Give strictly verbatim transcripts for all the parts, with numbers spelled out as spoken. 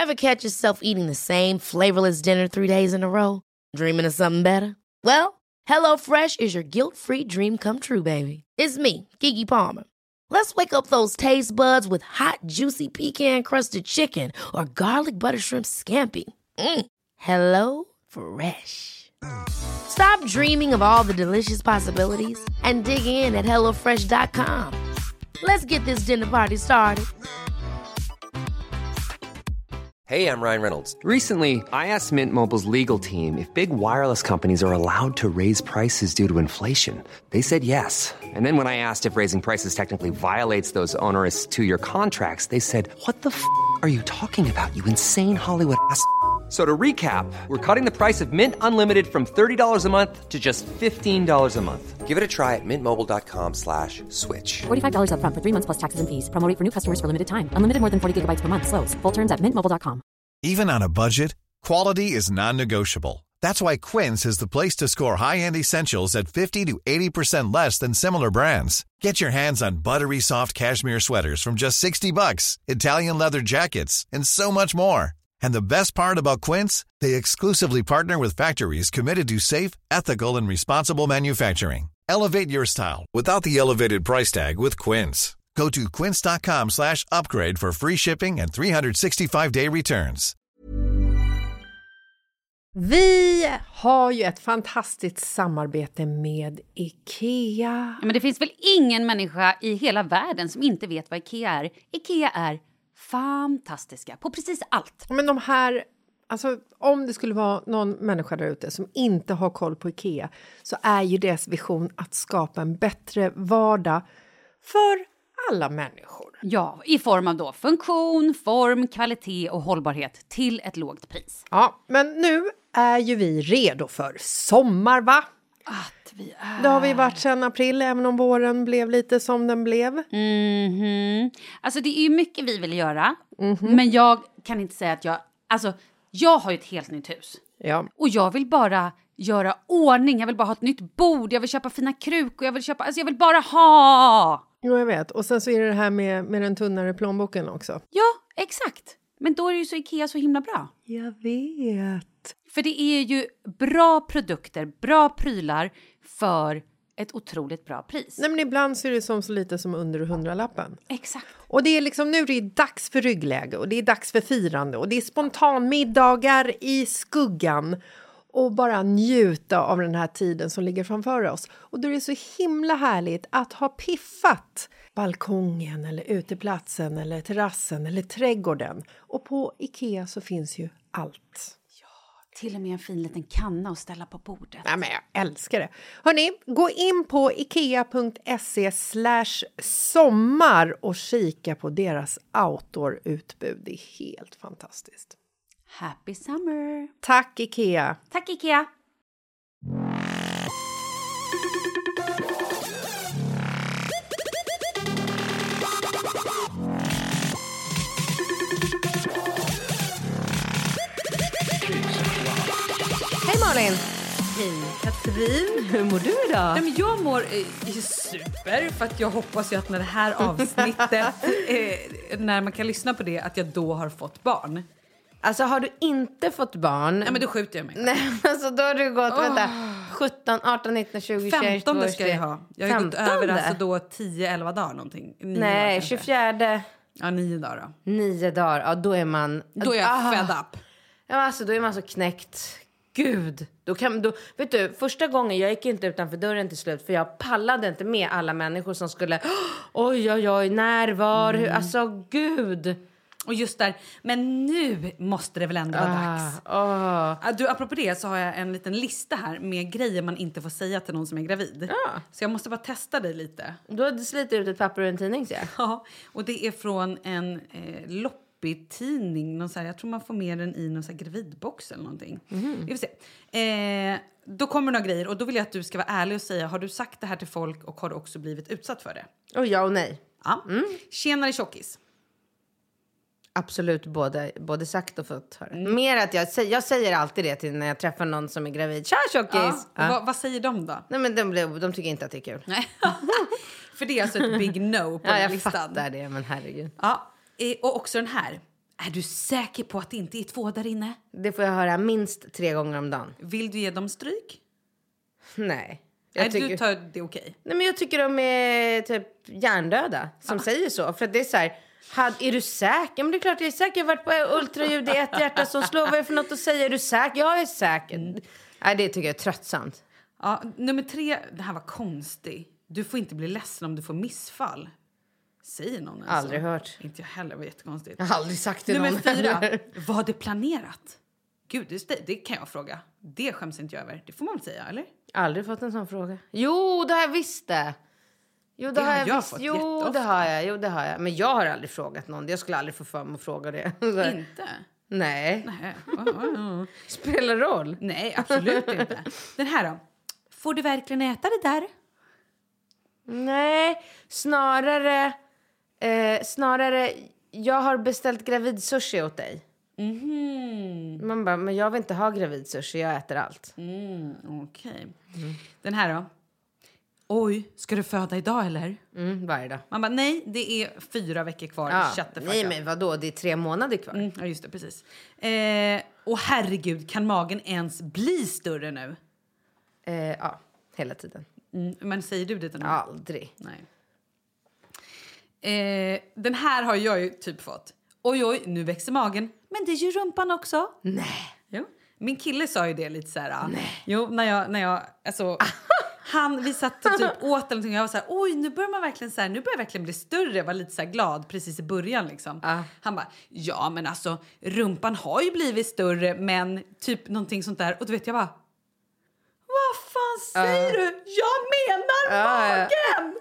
Ever catch yourself eating the same flavorless dinner three days in a row? Dreaming of something better? Well, HelloFresh is your guilt-free dream come true, baby. It's me, Keke Palmer. Let's wake up those taste buds with hot, juicy pecan-crusted chicken or garlic butter shrimp scampi. Mm. Hello Fresh. Stop dreaming of all the delicious possibilities and dig in at hello fresh dot com. Let's get this dinner party started. Hey, I'm Ryan Reynolds. Recently, I asked Mint Mobile's legal team if big wireless companies are allowed to raise prices due to inflation. They said yes. And then when I asked if raising prices technically violates those onerous two-year contracts, they said, what the f*** are you talking about, you insane Hollywood ass f- So to recap, we're cutting the price of Mint Unlimited from thirty dollars a month to just fifteen dollars a month. Give it a try at mintmobile.com slash switch. forty-five dollars up front for three months plus taxes and fees. Promo rate for new customers for limited time. Unlimited more than forty gigabytes per month. Slows full terms at mint mobile dot com. Even on a budget, quality is non-negotiable. That's why Quince is the place to score high-end essentials at fifty to eighty percent less than similar brands. Get your hands on buttery soft cashmere sweaters from just sixty bucks, Italian leather jackets, and so much more. And the best part about Quince, they exclusively partner with factories committed to safe, ethical, and responsible manufacturing. Elevate your style without the elevated price tag with Quince. Go to quince.com slash upgrade for free shipping and three sixty-five day returns. Vi har ju ett fantastiskt samarbete med IKEA. Ja, men det finns väl ingen människa i hela världen som inte vet vad IKEA är. IKEA är fantastiska på precis allt. Men de här, alltså om det skulle vara någon människa där ute som inte har koll på IKEA, så är ju deras vision att skapa en bättre vardag för alla människor. Ja, i form av då funktion, form, kvalitet och hållbarhet till ett lågt pris. Ja, men nu är ju vi redo för sommar, va? Att vi är... Det har vi varit sedan april, även om våren blev lite som den blev. Mhm. Alltså det är ju mycket vi vill göra. Mm-hmm. Men jag kan inte säga att jag... Alltså, jag har ju ett helt nytt hus. Ja. Och jag vill bara göra ordning. Jag vill bara ha ett nytt bord. Jag vill köpa fina krukor. Jag vill köpa... Alltså jag vill bara ha... Jo, jag vet. Och sen så är det det här med, med den tunnare plånboken också. Ja, exakt. Men då är det ju så IKEA så himla bra. Jag vet. För det är ju bra produkter, bra prylar för ett otroligt bra pris. Nej, men ibland så är det som så lite som under hundralappen. Exakt. Och det är liksom, nu är det dags för ryggläge och det är dags för firande och det är spontanmiddagar i skuggan. Och bara njuta av den här tiden som ligger framför oss. Och då är det så himla härligt att ha piffat balkongen eller uteplatsen eller terrassen eller trädgården. Och på IKEA så finns ju allt. Till och med en fin liten kanna att ställa på bordet. Nej, men jag älskar det. Hörrni, gå in på ikea.se slash sommar och kika på deras outdoor-utbud. Det är helt fantastiskt. Happy summer! Tack IKEA! Tack IKEA! Hej Malin! Hej Katrin! Hur mår du idag? Nej, men jag mår eh, super, för att jag hoppas ju att när det här avsnittet, eh, när man kan lyssna på det, att jag då har fått barn. Alltså har du inte fått barn? Nej, men då skjuter jag mig. Nej, alltså då har du gått, oh. vänta, sjutton, arton, nitton, tjugo, femtonde ska jag ha. Jag har gått över alltså då tio elva dagar någonting. Nio Nej, tjugofjärde. Ja, nio dagar då. Nio dagar, ja då är man... Då är jag ah. fed up. Ja, alltså då är man så knäckt. Gud, då kan, då, vet du, första gången jag gick inte utanför dörren till slut, för jag pallade inte med alla människor som skulle, oj, oj, oj, när, var, mm. hur, alltså gud. Och just där, men nu måste det väl ändå vara ah, dags. Oh. Du, apropå det så har jag en liten lista här med grejer man inte får säga till någon som är gravid. Ah. Så jag måste bara testa dig lite. Du har slitit ut ett papper och en tidning, ser jag. Ja, och det är från en eh, loppitidning. Någon så här, jag tror man får med den i någon så här gravidbox eller någonting. Mm. Vi får se. Eh, då kommer några grejer och då vill jag att du ska vara ärlig och säga, har du sagt det här till folk och har du också blivit utsatt för det? Och ja och nej. Ja. Mm. Tjenare tjockis. Absolut, både, både sagt och fått höra. Mm. Mer att jag, jag säger alltid det till när jag träffar någon som är gravid. Tja tjockis! Ja. Ja. Vad, vad säger de då? Nej, men de, de tycker inte att det är kul. Nej. För det är alltså ett big no på ja, jag listan. fattar det, men herregud. Ja, och också den här. Är du säker på att det inte är två där inne? Det får jag höra minst tre gånger om dagen. Vill du ge dem stryk? Nej. Jag Jag tycker, du tar det okej. nej, men jag tycker de är typ hjärndöda som säger så. För att det är så här, had, är du säker? Men det är klart jag är säker. Jag har varit på ultraljud i ett hjärta som slår. Vad är det för något att säga? Är du säker? Jag är säker. Mm. Nej, det tycker jag är tröttsamt. Ja, nummer tre, det här var konstigt. Du får inte bli ledsen om du får missfall. Säger någon alltså. Aldrig hört. Inte jag heller, det var jättekonstigt. Jag har aldrig sagt det till nummer någon. fyra, var det planerat? Gud, det, det kan jag fråga. Det skäms inte jag över. Det får man väl säga, eller? Aldrig fått en sån fråga. Jo, det har jag visst det. Jo, det, det har har jag, jag visst. fått Jo, jätteofta. det har jag. Jo, det har jag. Men jag har aldrig frågat någon. Jag skulle aldrig få för mig att fråga det. Inte? Nej. Nej. Oh, oh, oh. Spelar roll? Nej, absolut inte. Den här då. Får du verkligen äta det där? Nej, snarare... Eh, snarare, jag har beställt gravidsushi åt dig. Mhm. Man bara, men jag vill inte ha gravidsushi. Jag äter allt. Mm, okej. Okay. Mm. Den här då. Oj, ska du föda idag eller? Mm, varje dag. Man bara, nej, det är fyra veckor kvar. Ja. Nej, men vadå? Det är tre månader kvar. Mm, ja, just det, precis. Eh, och herregud, kan magen ens bli större nu? Eh, ja, hela tiden. Mm, men säger du det till någon? Aldrig. Nej. Eh, den här har jag ju typ fått. Oj, oj, nu växer magen. Men det är ju rumpan också. Nej. Jo. Min kille sa ju det lite så här. Nej. Jo, när jag, när jag, alltså... Han, vi satt och typ åt eller någonting. Jag var så här, oj, nu börjar man verkligen så här, nu börjar jag verkligen bli större. Jag var lite så här glad precis i början liksom. Uh. Han bara, ja men alltså, rumpan har ju blivit större, men typ någonting sånt där. Och du vet, jag bara, vad fan säger uh. du? Jag menar uh. magen!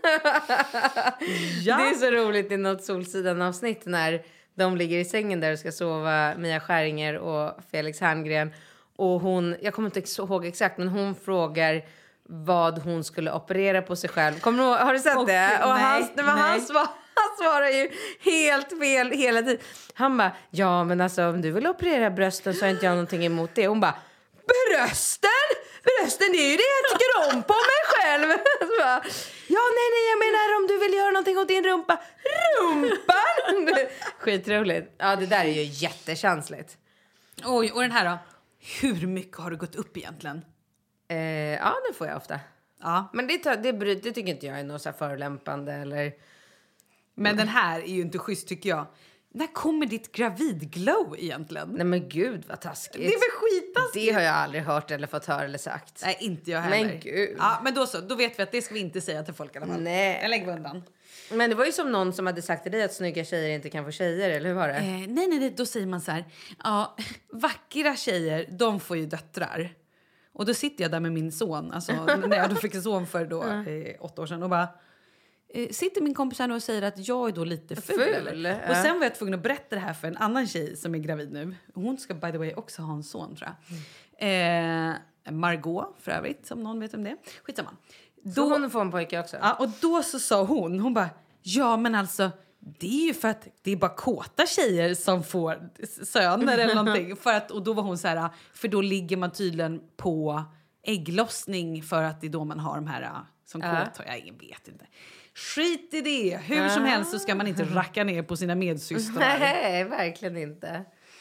Ja. Det är så roligt i något Solsidan-avsnitt när de ligger i sängen där och ska sova, Mia Skäringer och Felix Herngren. Och hon, jag kommer inte ihåg exakt, men hon frågar vad hon skulle operera på sig själv. Kommer du, har du sett och, det? Och nej, han, men han, svar, han svarar ju helt fel hela tiden. Han bara, ja men alltså om du vill operera brösten så har inte jag någonting emot det. Hon bara, brösten? Brösten, det är ju det jag tycker om på mig själv. Så bara, ja nej nej jag menar om du vill göra någonting åt din rumpa. Rumpan? Skitroligt. Ja det där är ju jättekänsligt. Oj, och den här då? Hur mycket har du gått upp egentligen? Eh, ja, det får jag ofta. Ja. Men det, det, det, det tycker inte jag är något så här förolämpande eller... Men den här är ju inte schysst tycker jag. När kommer ditt gravidglow egentligen? Nej men gud vad taskigt. Det är väl skittaskigt. Det har jag aldrig hört eller fått höra eller sagt. Nej, inte jag heller. Men gud. Ja, men då så. Då vet vi att det ska vi inte säga till folk i alla fall. Nej. Jag lägger undan. Men det var ju som någon som hade sagt till dig att snygga tjejer inte kan få tjejer, eller hur var det? Eh, nej, nej, nej, då säger man så här. Ja, vackra tjejer, de får ju döttrar. Och då sitter jag där med min son, alltså när jag då fick en son för då, eh, åtta år sedan och bara... Eh, sitter min kompis här nu och säger att jag är då lite ful. ful ja. Och sen var jag tvungen att berätta det här för en annan tjej som är gravid nu. Hon ska by the way också ha en son tror jag. Mm. Eh, Margot för övrigt, som någon vet om det. Skitsamma. Då hon får en pojke också. Ja, och då så sa hon, hon bara, ja men alltså det är ju för att det är bara kåta tjejer som får söner eller någonting. För att, och då var hon så här, för då ligger man tydligen på ägglossning för att det är då man har de här som äh. kåt. Jag vet inte. Skit i det. Hur äh. som helst så ska man inte racka ner på sina medsystrar. Nej, verkligen inte.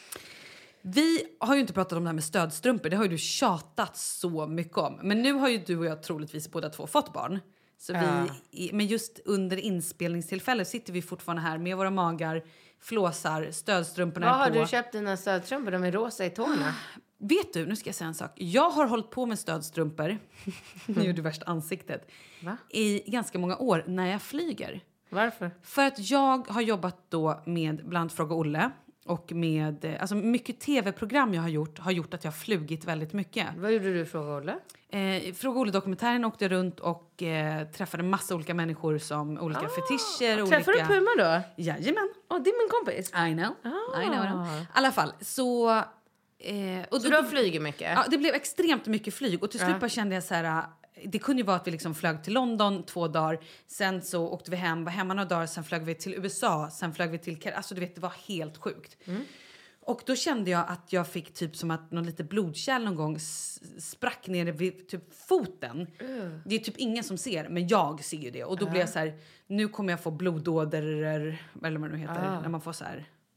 Vi har ju inte pratat om det här med stödstrumpor. Det har ju du tjatat så mycket om. Men nu har ju du och jag troligtvis båda två fått barn. Så ja. vi, men just under inspelningstillfället sitter vi fortfarande här med våra magar, flåsar, stödstrumporna Vad har på. du köpt dina stödstrumpor? De är rosa i tårna. Vet du, nu ska jag säga en sak. Jag har hållit på med stödstrumpor. Nu är du värst ansiktet. Va? I ganska många år när jag flyger. Varför? För att jag har jobbat då med bland annat Fråga Olle. Och med, alltså mycket tv-program jag har gjort har gjort att jag har flugit väldigt mycket. Vad gjorde du Fråga Olle? Eh, Fråga Olle-dokumentären åkte runt och eh, träffade massa olika människor som olika ah, fetischer. Olika... Träffade du Puma då? Jajamän. Åh, oh, det är min kompis. I know. Ah. I know. I alla fall, så... Eh, och så du har flugit mycket? Ja, det blev extremt mycket flyg. Och till slut ja. bara kände jag så här... Det kunde ju vara att vi liksom flög till London två dagar. Sen så åkte vi hem, var hemma några dagar. Sen flög vi till U S A. Sen flög vi till... Alltså du vet, det var helt sjukt. Mm. Och då kände jag att jag fick typ som att någon lite blodkärl någon gång sprack ner vid typ foten. Mm. Det är typ ingen som ser, men jag ser ju det. Och då uh. blev jag så här, nu kommer jag få blodåder, eller vad det nu heter, uh. när man får så här...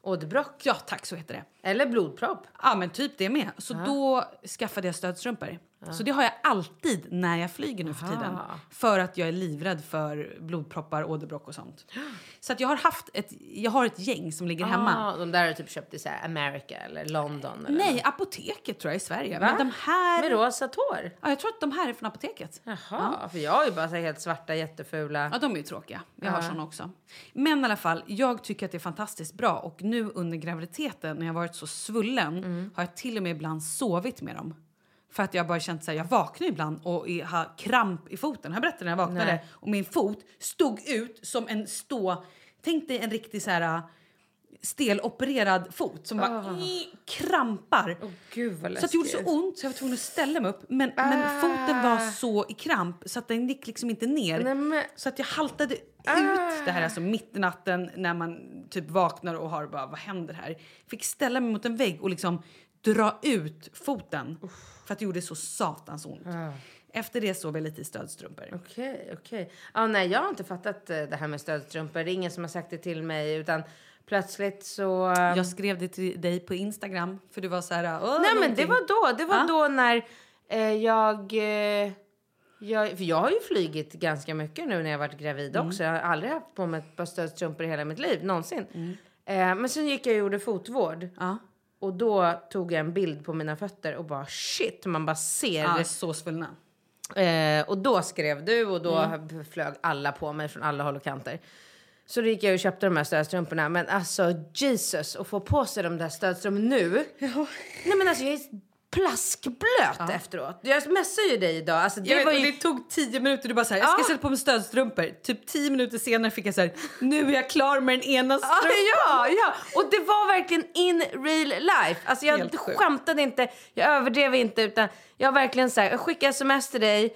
Åderbråck. Ja, tack, så heter det. Eller blodpropp. Ja, men typ det med. Så ja. Då skaffade jag stödstrumpor. Ja. Så det har jag alltid när jag flyger nu för tiden. För att jag är livrädd för blodproppar, åderbråck och sånt. Så att jag har haft ett, jag har ett gäng som ligger ah, hemma. De där har typ köpt i så här Amerika eller London. Eller Nej, något. Apoteket tror jag i Sverige. Va? Men de här... Med rosa tår? Ja, jag tror att de här är från apoteket. Jaha, ja. För jag har ju bara så helt svarta, jättefula. Ja, de är ju tråkiga. Jag har såna också. Men i alla fall, jag tycker att det är fantastiskt bra. Och nu under graviditeten, när jag varit så svullen, mm. har jag till och med ibland sovit med dem. För att jag bara känt så här, jag vaknar ibland och har kramp i foten. Jag berättade när jag vaknade. Nej. Och min fot stod ut som en stå... Tänk dig en riktig så här stelopererad fot som bara oh. krampar. Oh, Gud, vad så att det gjorde så ont så jag var tvungen att ställa mig upp. Men, ah. men foten var så i kramp så att den gick liksom inte ner. Nej, men... Så att jag haltade ah. ut det här alltså mitt i natten när man typ vaknar och har bara, vad händer här? Fick ställa mig mot en vägg och liksom dra ut foten. Uff. För att det gjorde så satans ont. Ah. Efter det sov jag lite i stödstrumpor. Okej, okay, okej. Okay. Ah, nej, jag har inte fattat det här med stödstrumpor. Det är ingen som har sagt det till mig, utan plötsligt så... Jag skrev det till dig på Instagram, för du var så här... Nej, någonting. Men det var då. Det var ah. då när eh, jag... Eh, jag... För jag har ju flygit ganska mycket nu när jag varit gravid mm. också. Jag har aldrig haft på mig ett par stödstrumpor i hela mitt liv, någonsin. Mm. Eh, men sen gick jag och gjorde fotvård. Ja. Ah. Och då tog jag en bild på mina fötter och bara shit, man bara ser ah, det. Så svullna. Eh, och då skrev du och då mm. flög alla på mig från alla håll och kanter. Så då gick jag och köpte de här stödstrumporna. Men alltså Jesus, att få på sig de där stödstrumporna nu. Ja. Nej men alltså jag är plaskblöt ja. efteråt. Jag messade ju dig idag. Alltså, det, vet, var ju... det tog tio minuter. Du bara så här, jag ska ja. sätta på mig stödstrumpor. Typ tio minuter senare fick jag så här, nu är jag klar med den ena strumpan. Ja, ja. Och det var verkligen in real life. Alltså jag skämtade inte, jag överdrev inte, utan jag verkligen så här, jag skickade sms till dig.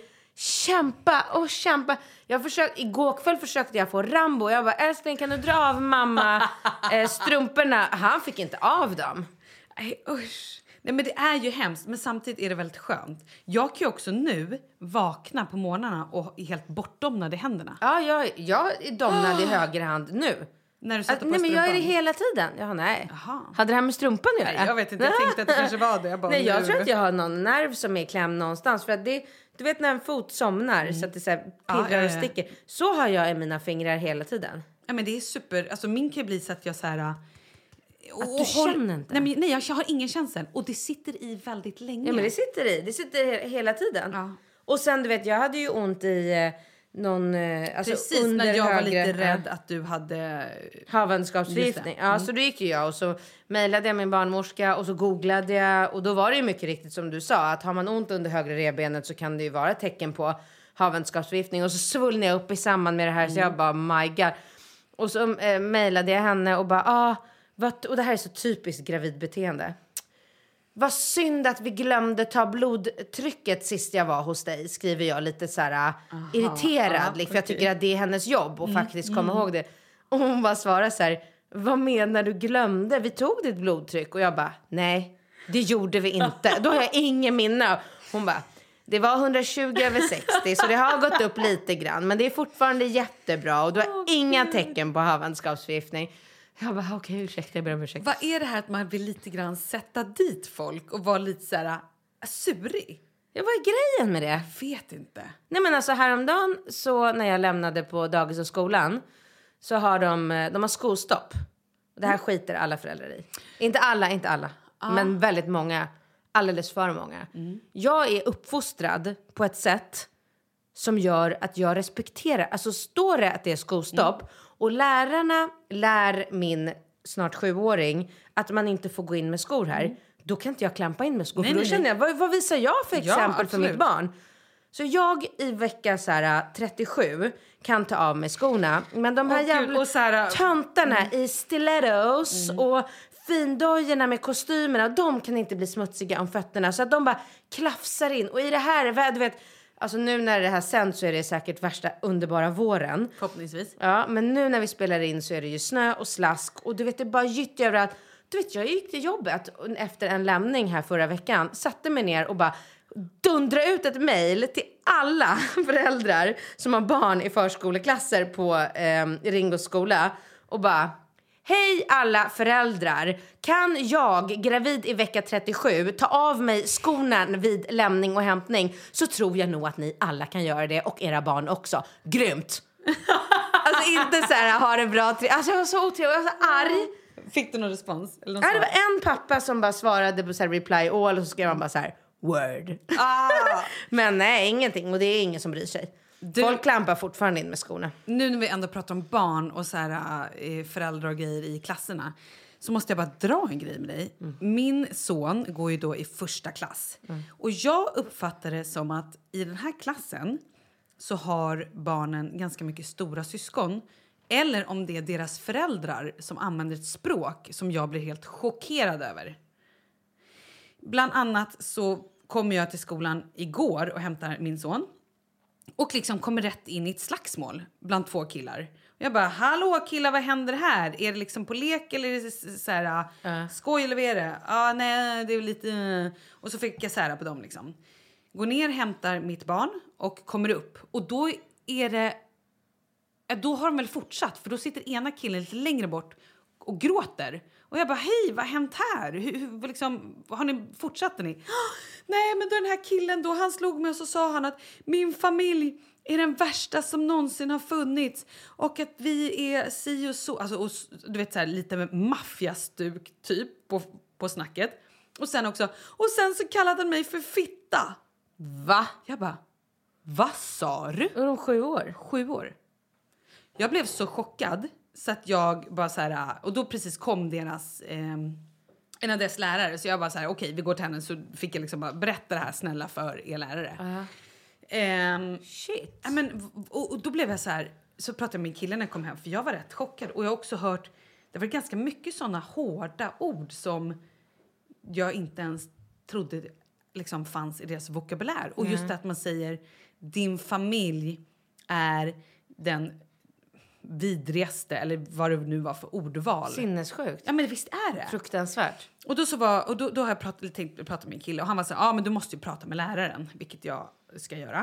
Kämpa och kämpa. Jag försökte, igår kväll försökte jag få Rambo. Jag bara, älskling, kan du dra av mamma eh, strumporna? Han fick inte av dem. Nej, usch. Nej, men det är ju hemskt, men samtidigt är det väldigt skönt. Jag kan ju också nu vakna på morgnarna och är helt bortdomnad i händerna. Ja, jag, jag är domnad oh. i höger hand nu. När du sätter att, på nej, strumpan? Men jag är det hela tiden. Ja, nej. Jaha. Hade det här med strumpan att göra? Nej, jag vet inte, jag tänkte att det kanske var det. Jag bara, nej, jag nu. tror att jag har någon nerv som är klämd någonstans. För att det, du vet när en fot somnar mm. så att det så här pirrar ja, ja, ja. och sticker. Så har jag i mina fingrar hela tiden. Ja, men det är super. Alltså min kan bli så att jag så här... Att du känner inte? Nej, men, nej, jag har ingen känsla. Och det sitter i väldigt länge. Ja, men det sitter i. Det sitter he- hela tiden. Ja. Och sen, du vet, jag hade ju ont i eh, någon... Eh, alltså precis, under när jag högre, var lite rädd att du hade... havandeskapsförgiftning. Ja, mm. så då gick ju jag och så mejlade jag min barnmorska och så googlade jag. Och då var det ju mycket riktigt som du sa. Att har man ont under högre revbenet så kan det ju vara ett tecken på havandeskapsförgiftning. Och så svullnade jag upp i samband med det här. Mm. Så jag bara, my god. Och så eh, mejlade jag henne och bara, ah... Och det här är så typiskt gravidbeteende. Vad synd att vi glömde ta blodtrycket sist jag var hos dig. Skriver jag lite så här aha, irriterad. Aha, liksom, för jag tycker att det är hennes jobb. Och mm, faktiskt komma mm. ihåg det. Och hon bara svarar så här. Vad menar du glömde? Vi tog ditt blodtryck. Och jag bara, nej det gjorde vi inte. Då har jag ingen minne. Hon bara, det var hundratjugo över sextio. Så det har gått upp lite grann. Men det är fortfarande jättebra. Och du har oh, inga God. tecken på havandeskapsförgiftning. Jag bara, okej, okay, ursäkta, jag ber om ursäkt. Vad är det här att man vill lite grann sätta dit folk och vara lite så här äh, surig? Ja, vad är grejen med det? Jag vet inte. Nej, men alltså häromdagen så när jag lämnade på dagis och skolan så har de, de har skolstopp. Det här mm. skiter alla föräldrar i. Inte alla, inte alla. Ah. Men väldigt många. Alldeles för många. Mm. Jag är uppfostrad på ett sätt som gör att jag respekterar. Alltså står det att det är skolstopp mm. och lärarna lär min snart sjuåring att man inte får gå in med skor här. Mm. Då kan inte jag klampa in med skor. Nej, för då nej, känner jag, vad, vad visar jag för exempel ja, för mitt barn? Så jag i vecka så här, trettiosju kan ta av mig skorna. Men de här oh, jävla och så här, töntarna mm. i stilettos mm. och findojorna med kostymerna, de kan inte bli smutsiga om fötterna. Så att de bara klafsar in. Och i det här, du vet... Alltså nu när det här sänds så är det säkert värsta underbara våren. Förhoppningsvis. Ja, men nu när vi spelar in så är det ju snö och slask. Och du vet, det är bara gytt överallt. Du vet, jag gick till jobbet efter en lämning här förra veckan. Satte mig ner och bara dundra ut ett mejl till alla föräldrar som har barn i förskoleklasser på eh, Ringos skola. Och bara, Hej alla föräldrar. Kan jag, gravid i vecka trettiosju, ta av mig skorna vid lämning och hämtning, så tror jag nog att ni alla kan göra det och era barn också. Grymt. Alltså inte så här, ha det bra. Alltså jag var så otrevlig, jag var så arg. Fick du någon respons? Eller någon Nej, det var en pappa som bara svarade på så här reply all och så skrev han bara så här word. Ah. Men nej, ingenting, och det är ingen som bryr sig. Du, folk klampar fortfarande in med skorna. Nu när vi ändå pratar om barn och så här, äh, föräldrar och grejer i klasserna, så måste jag bara dra en grej med dig. Mm. Min son går ju då i första klass. Mm. Och jag uppfattar det som att i den här klassen så har barnen ganska mycket stora syskon. Eller om det är deras föräldrar som använder ett språk som jag blir helt chockerad över. Bland annat så kommer jag till skolan igår och hämtar min son. Och liksom kommer rätt in i ett slagsmål bland två killar. Och jag bara, hallå killar, vad händer här? Är det liksom på lek eller är det så här, uh. skoj eller vad är det? Ja, ah, nej, det är lite... Uh. Och så fick jag sära på dem liksom. Går ner, hämtar mitt barn och kommer upp. Och då är det... Då har de väl fortsatt, för då sitter ena killen lite längre bort och gråter. Och jag bara, hej, vad har hänt här? Hur, hur, liksom, har ni fortsatt ni? Oh, nej, men då den här killen då, han slog mig och så sa han att min familj är den värsta som någonsin har funnits. Och att vi är si och så. Alltså, och, du vet så här, lite med maffiastuk typ på, på snacket. Och sen också, och sen så kallade han mig för fitta. Va? Jag bara, vad sa du? Är de sju år? Sju år. Jag blev så chockad så att jag bara så här, och då precis kom deras eh, en av deras lärare, så jag bara så här, okej, okay, vi går till henne, så fick jag liksom bara berätta det här snälla för er lärare. Uh-huh. Eh, Shit. Ja, men och, och då blev jag så här, så pratade jag med killen när jag kom hem, för jag var rätt chockad, och jag har också hört, det var ganska mycket såna hårda ord som jag inte ens trodde liksom fanns i deras vokabulär. Och just det att man säger din familj är den vidrigaste, eller vad det nu var för ordval. Sinnessjukt. Ja, men visst är det. Fruktansvärt. Och då så var och då, då har jag pratat, tänkt prata med en kille, och han var så ja ah, men du måste ju prata med läraren, vilket jag ska göra.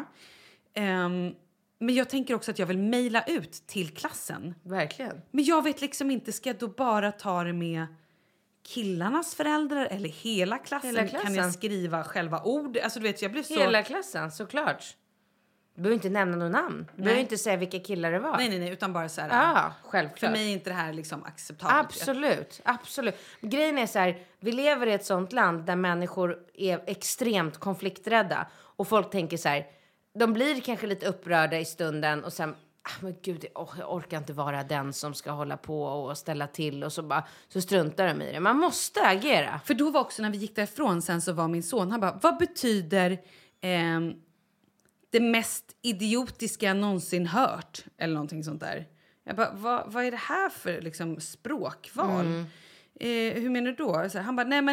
Um, men jag tänker också att jag vill mejla ut till klassen. Verkligen. Men jag vet liksom inte, ska jag då bara ta det med killarnas föräldrar eller hela klassen? Hela klassen. Kan jag skriva själva ord? Alltså du vet, jag blev så... Hela klassen, såklart. Du behöver inte nämna någon namn. Du behöver inte säga vilka killar det var. Nej, nej, nej, utan bara så här... Ja, självklart. För mig är inte det här liksom acceptabelt. Absolut, absolut. Grejen är så här, vi lever i ett sånt land där människor är extremt konflikträdda. Och folk tänker så här, de blir kanske lite upprörda i stunden och sen... Ah, men gud, oh, jag orkar inte vara den som ska hålla på och ställa till. Och så, bara, så struntar de i det. Man måste agera. För då var också, när vi gick därifrån sen, så var min son, han bara, vad betyder eh, det mest idiotiska jag någonsin hört? Eller någonting sånt där. Jag bara, vad, vad är det här för liksom, språkval? Mm. Eh, hur menar du då? Så här, han bara, nej men...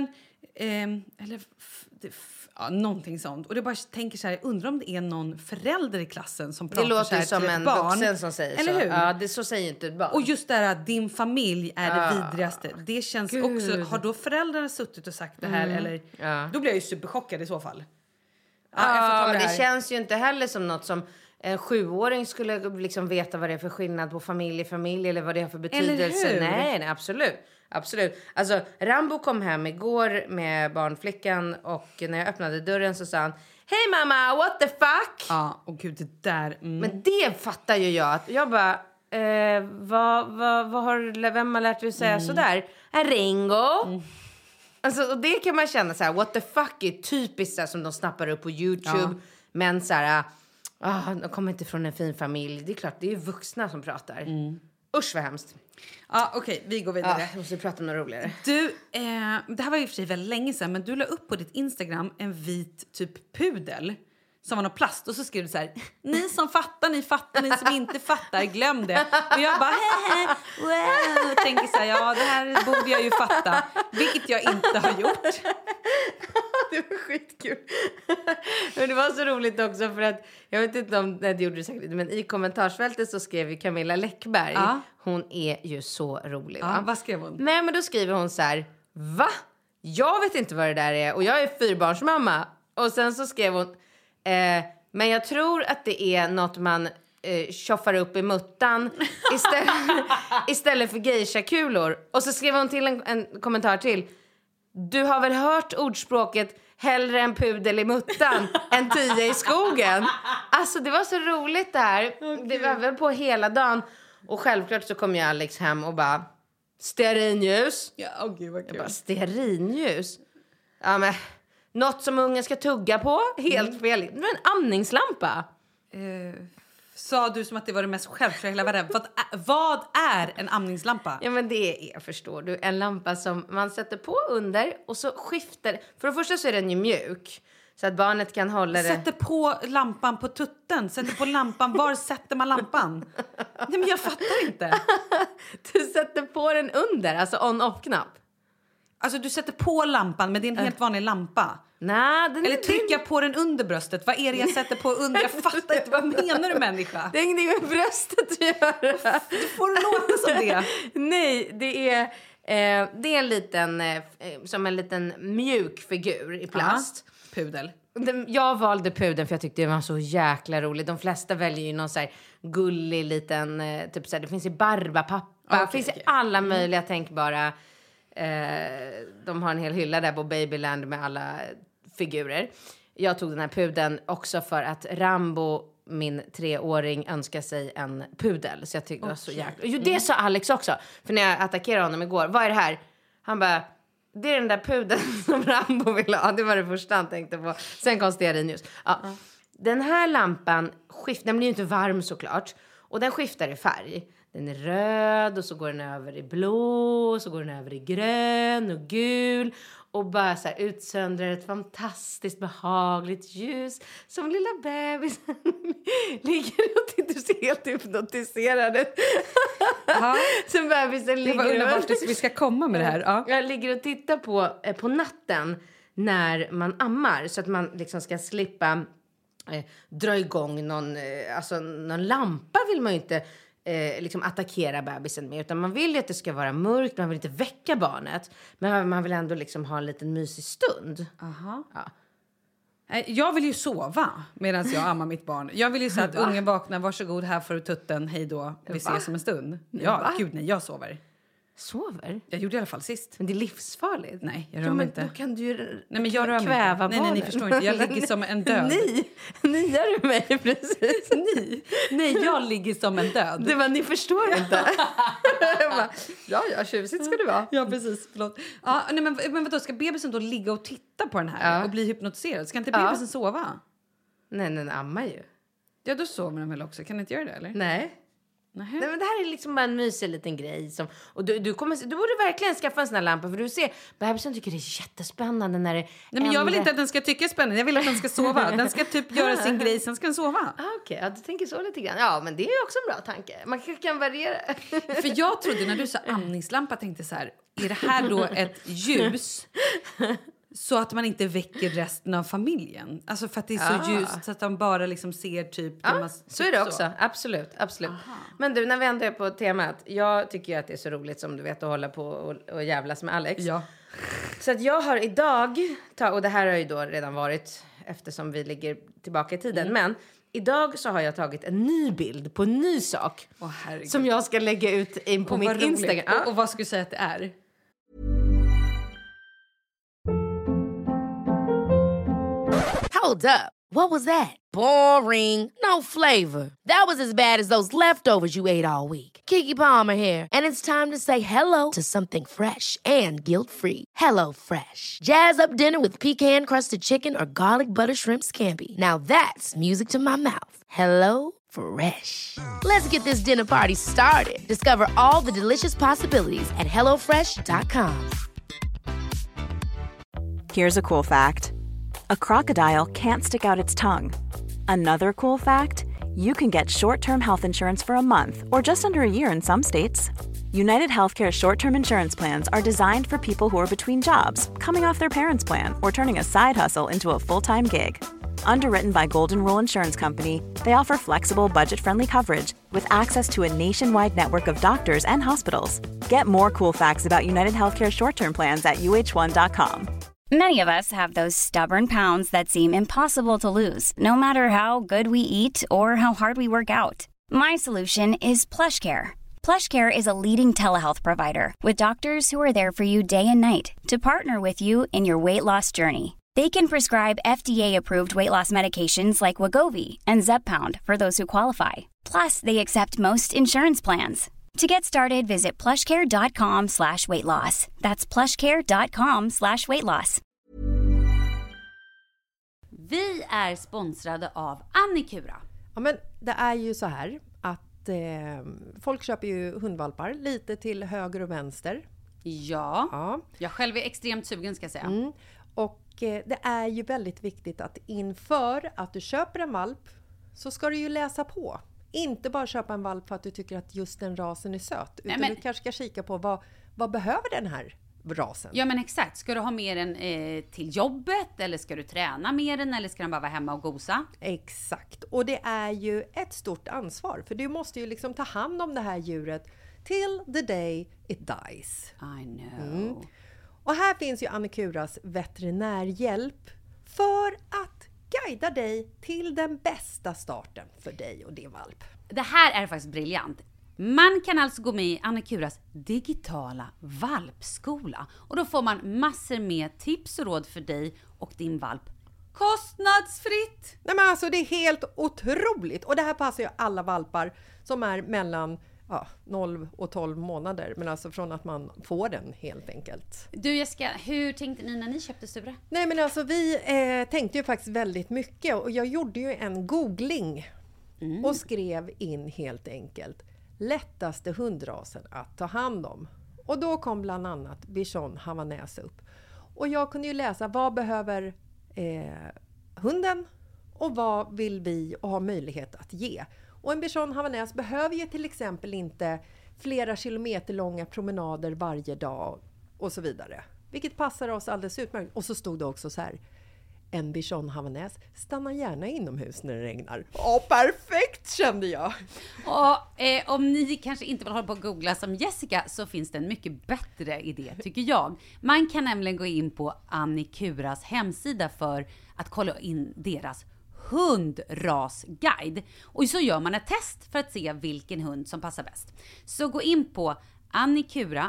Eh, eller... F- det, f- Ja, någonting sånt. Och det bara tänker så här, undrar om det är någon förälder i klassen som pratar det låter så här som till en barn. vuxen som säger eller så. Hur? Ja, det så säger inte ett barn. Och just det här att din familj är det ah, vidrigaste. Det känns Gud. också, har då föräldrarna suttit och sagt det här Mm. eller Ja. då blir jag ju superchockad i så fall. Ja, Ja, jag får ta men det det här. känns ju inte heller som något som en sjuåring skulle liksom veta vad det är för skillnad på familj och familj eller vad det har för betydelse. hur? Nej, nej, absolut. Absolut. Alltså, Rambo kom hem igår med barnflickan och när jag öppnade dörren så sa han, hej mamma, what the fuck? Ja, och gud, det där. Mm. Men det fattar ju jag. Att jag bara, eh, vad, vad, vad har, vem har lärt dig säga mm. sådär? En Ringo. Mm. Alltså, och det kan man känna så här, what the fuck är typiskt så här, som de snappar upp på YouTube. Ja. Men så här, ah, de kommer inte från en fin familj. Det är klart, det är ju vuxna som pratar. Mm. Usch vad hemskt. Ja, okej, okay, vi går vidare. Ja, jag måste prata om något roligare. Du, eh, det här var ju i och för sig väldigt länge sedan, men du la upp på ditt Instagram en vit typ pudel som var någon plast, och så skrev du så här, ni som fattar, ni fattar, ni som inte fattar, glöm det. Och jag bara, hehe, wow, och tänker så här, ja, det här borde jag ju fatta, vilket jag inte har gjort. Det var skitkul. Men det var så roligt också för att, jag vet inte om det gjorde det säkert, men i kommentarsfältet så skrev ju Camilla Läckberg, ja. Hon är ju så rolig, va? Ja, vad skrev hon? Nej, men då skriver hon så här, va? Jag vet inte vad det där är och jag är fyrbarnsmamma. Och sen så skrev hon, eh, men jag tror att det är något man eh, tjoffar upp i muttan istället, istället för geisha-kulor. Och så skrev hon till en, en kommentar till. Du har väl hört ordspråket hellre en pudel i muttan än tio i skogen? Alltså det var så roligt det här. Okay. Det var väl på hela dagen. Och självklart så kom jag Alex hem och bara stearinljus. Ja, åh oh, gud vad kul. Jag bara, stearinljus? Ja men, något som ungen ska tugga på? Helt mm. fel. Det var en amningslampa. Eh, sa du som att det var det mest självklara i hela världen. Vad, vad är en amningslampa? Ja men det är, förstår du, en lampa som man sätter på under och så skiftar. För det första så är den ju mjuk. Så att barnet kan hålla det. Sätter på lampan på tutten. Sätter på lampan. Var sätter man lampan? Nej men jag fattar inte. Du sätter på den under. Alltså on-off-knapp. Alltså du sätter på lampan. Men det är en helt vanlig lampa. Nej, den Eller är trycka på den under bröstet. Vad är det jag sätter på under? Jag fattar inte. Vad menar du människa? Det är ingenting med bröstet att göra. Du får låta som det. Nej, det är, eh, det är en liten, eh, som en liten mjuk figur i plast. Aha. Pudel. Jag valde pudeln för jag tyckte det var så jäkla roligt. De flesta väljer ju någon så här gullig liten, typ så här, det finns ju Barbapappa. Okay, det finns okay. ju alla möjliga mm. tänkbara. Eh, de har en hel hylla där på Babyland med alla figurer. Jag tog den här pudeln också för att Rambo, min treåring, önskar sig en pudel. Så jag tyckte okay. det var så jäkla... Jo, det sa Alex också. För när jag attackerade honom igår, vad är det här? Han bara... Det är den där pudeln som Rambo vill ha. Det var det första han tänkte på. Sen kom stearinljus. Ja. Mm. Den här lampan skiftar. Den blir ju inte varm såklart. Och den skiftar i färg. Den är röd och så går den över i blå. Och så går den över i grön och gul. Och bara så här utsöndrar ett fantastiskt behagligt ljus. Som lilla bebisen ligger och tittar sig helt hypnotiserad. Som bebisen ligger. Jag undrar vart vi ska komma med det här. Ja. Jag ligger och tittar på, eh, på natten när man ammar. Så att man liksom ska slippa eh, dra igång någon, eh, alltså, någon lampa vill man ju inte... Eh, liksom attackera bebisen med. Utan man vill ju att det ska vara mörkt. Man vill inte väcka barnet. Men man vill ändå liksom ha en liten mysig stund. Aha. Ja. Jag vill ju sova medan jag ammar mitt barn. Jag vill ju säga att Va? ungen vaknar. Varsågod, här får du tutten. Hej då. Vi Va? ses om en stund. Ja, Va? gud nej, jag sover. Sover? Jag gjorde i alla fall sist. Men det är livsfarligt. Nej, jag rör mig inte. Då kan du ju nej, men jag rör mig kväva inte. Nej, nej, ni förstår inte. Jag ligger som en död. Ni? Niar du mig precis? Ni? Nej, jag ligger som en död. Det var, ni förstår inte. Jag bara, ja, ja, tjusigt ska det vara. Ja, precis. Förlåt. Ja, nej, men, men vadå, ska bebisen då ligga och titta på den här? Ja. Och bli hypnotiserad? Ska inte bebisen ja. sova? Nej, den ammar ju. Ja, då sover den väl också. Kan ni inte göra det, eller? Nej. Nej, men det här är liksom bara en mysig liten grej som, och du, du, kommer, du borde verkligen skaffa en sån här lampa. För du ser, bebisen tycker det är jättespännande när det nej, men jag vill inte att den ska tycka spännande. Jag vill att den ska sova. Den ska typ göra sin grej, sen ska den sova. ah, Okej, okay. ja, du tänker så lite grann. Ja, men det är också en bra tanke. Man kan, kan variera. För jag trodde när du sa amningslampa, tänkte så här, är det här då ett ljus så att man inte väcker resten av familjen? Alltså för att det är så ah. ljust så att de bara liksom ser typ... Ja, man, typ så är det också. Så. Absolut, absolut. Aha. Men du, när vi ändå är på temat. Jag tycker ju att det är så roligt som du vet att hålla på och, och jävlas med Alex. Ja. Så att jag har idag... Och det här har ju då redan varit eftersom vi ligger tillbaka i tiden. Mm. Men idag så har jag tagit en ny bild på en ny sak. Oh, som jag ska lägga ut in på och mitt Instagram. Ja. Och, och vad ska du säga att det är? Hold up. What was that? Boring. No flavor. That was as bad as those leftovers you ate all week. Keke Palmer here. And it's time to say hello to something fresh and guilt-free. Hello Fresh. Jazz up dinner with pecan-crusted chicken or garlic butter shrimp scampi. Now that's music to my mouth. Hello Fresh. Let's get this dinner party started. Discover all the delicious possibilities at hello fresh dot com. Here's a cool fact. A crocodile can't stick out its tongue. Another cool fact, you can get short-term health insurance for a month or just under a year in some states. United Healthcare short-term insurance plans are designed for people who are between jobs, coming off their parents' plan, or turning a side hustle into a full-time gig. Underwritten by Golden Rule Insurance Company, they offer flexible, budget-friendly coverage with access to a nationwide network of doctors and hospitals. Get more cool facts about United Healthcare short-term plans at U H one dot com. Many of us have those stubborn pounds that seem impossible to lose, no matter how good we eat or how hard we work out. My solution is PlushCare. PlushCare is a leading telehealth provider with doctors who are there for you day and night to partner with you in your weight loss journey. They can prescribe F D A-approved weight loss medications like Wegovy and Zepbound for those who qualify. Plus, they accept most insurance plans. To get started, visit plushcare.com slash weight loss. That's plushcare.com slash weight loss. Vi är sponsrade av Annikura. Ja, men det är ju så här att eh, folk köper ju hundvalpar lite till höger och vänster. Ja, ja. Jag själv är extremt sugen ska jag säga. Mm. Och eh, det är ju väldigt viktigt att inför att du köper en valp så ska du ju läsa på. Inte bara köpa en valp för att du tycker att just den rasen är söt. Utan Nej, men... du kanske ska kika på vad, vad behöver den här rasen. Ja men exakt, ska du ha med den eh, till jobbet eller ska du träna med den eller ska den bara vara hemma och gosa? Exakt, och det är ju ett stort ansvar för du måste ju liksom ta hand om det här djuret till the day it dies. I know. Mm. Och här finns ju Annikuras veterinärhjälp för att guida dig till den bästa starten för dig och din valp. Det här är faktiskt briljant. Man kan alltså gå med i Annikuras digitala valpskola. Och då får man massor med tips och råd för dig och din valp. Kostnadsfritt! Nej men alltså det är helt otroligt. Och det här passar ju alla valpar som är mellan ja, noll och tolv månader. Men alltså från att man får den helt enkelt. Du Jessica, hur tänkte ni när ni köpte Sura? Nej men alltså vi eh, tänkte ju faktiskt väldigt mycket. Och jag gjorde ju en googling. Mm. Och skrev in helt enkelt lättaste hundrasen att ta hand om. Och då kom bland annat Bichon Havanäs upp. Och jag kunde ju läsa vad behöver eh, hunden och vad vill vi och ha möjlighet att ge. Och en Bichon Havanäs behöver ju till exempel inte flera kilometer långa promenader varje dag och så vidare. Vilket passar oss alldeles utmärkt. Och så stod det också så här. En Bichon Havanäs stannar gärna inomhus när det regnar. Åh, perfekt kände jag! Och eh, om ni kanske inte vill hålla på att googla som Jessica så finns det en mycket bättre idé tycker jag. Man kan nämligen gå in på Annikuras hemsida för att kolla in deras hundrasguide. Och så gör man ett test för att se vilken hund som passar bäst. Så gå in på Annikura,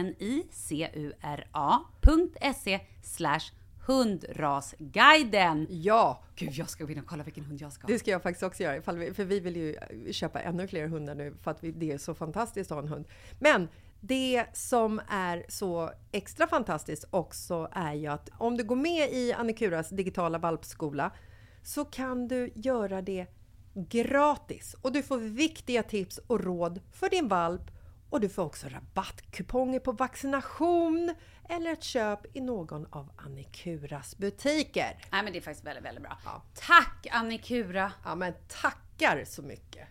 A-N-I-C-U-R-A.se slash hundrasguiden. Ja. Gud, jag ska gå in och kolla vilken hund jag ska ha. Det ska jag faktiskt också göra. Ifall vi, för vi vill ju köpa ännu fler hundar nu. För att vi, det är så fantastiskt att ha en hund. Men det som är så extra fantastiskt också är ju att om du går med i Annikuras digitala valpskola så kan du göra det gratis. Och du får viktiga tips och råd för din valp. Och du får också rabattkuponger på vaccination eller ett köp i någon av Annikuras butiker. Nej, men det är faktiskt väldigt, väldigt bra. Ja. Tack Annikura! Ja, men tackar så mycket.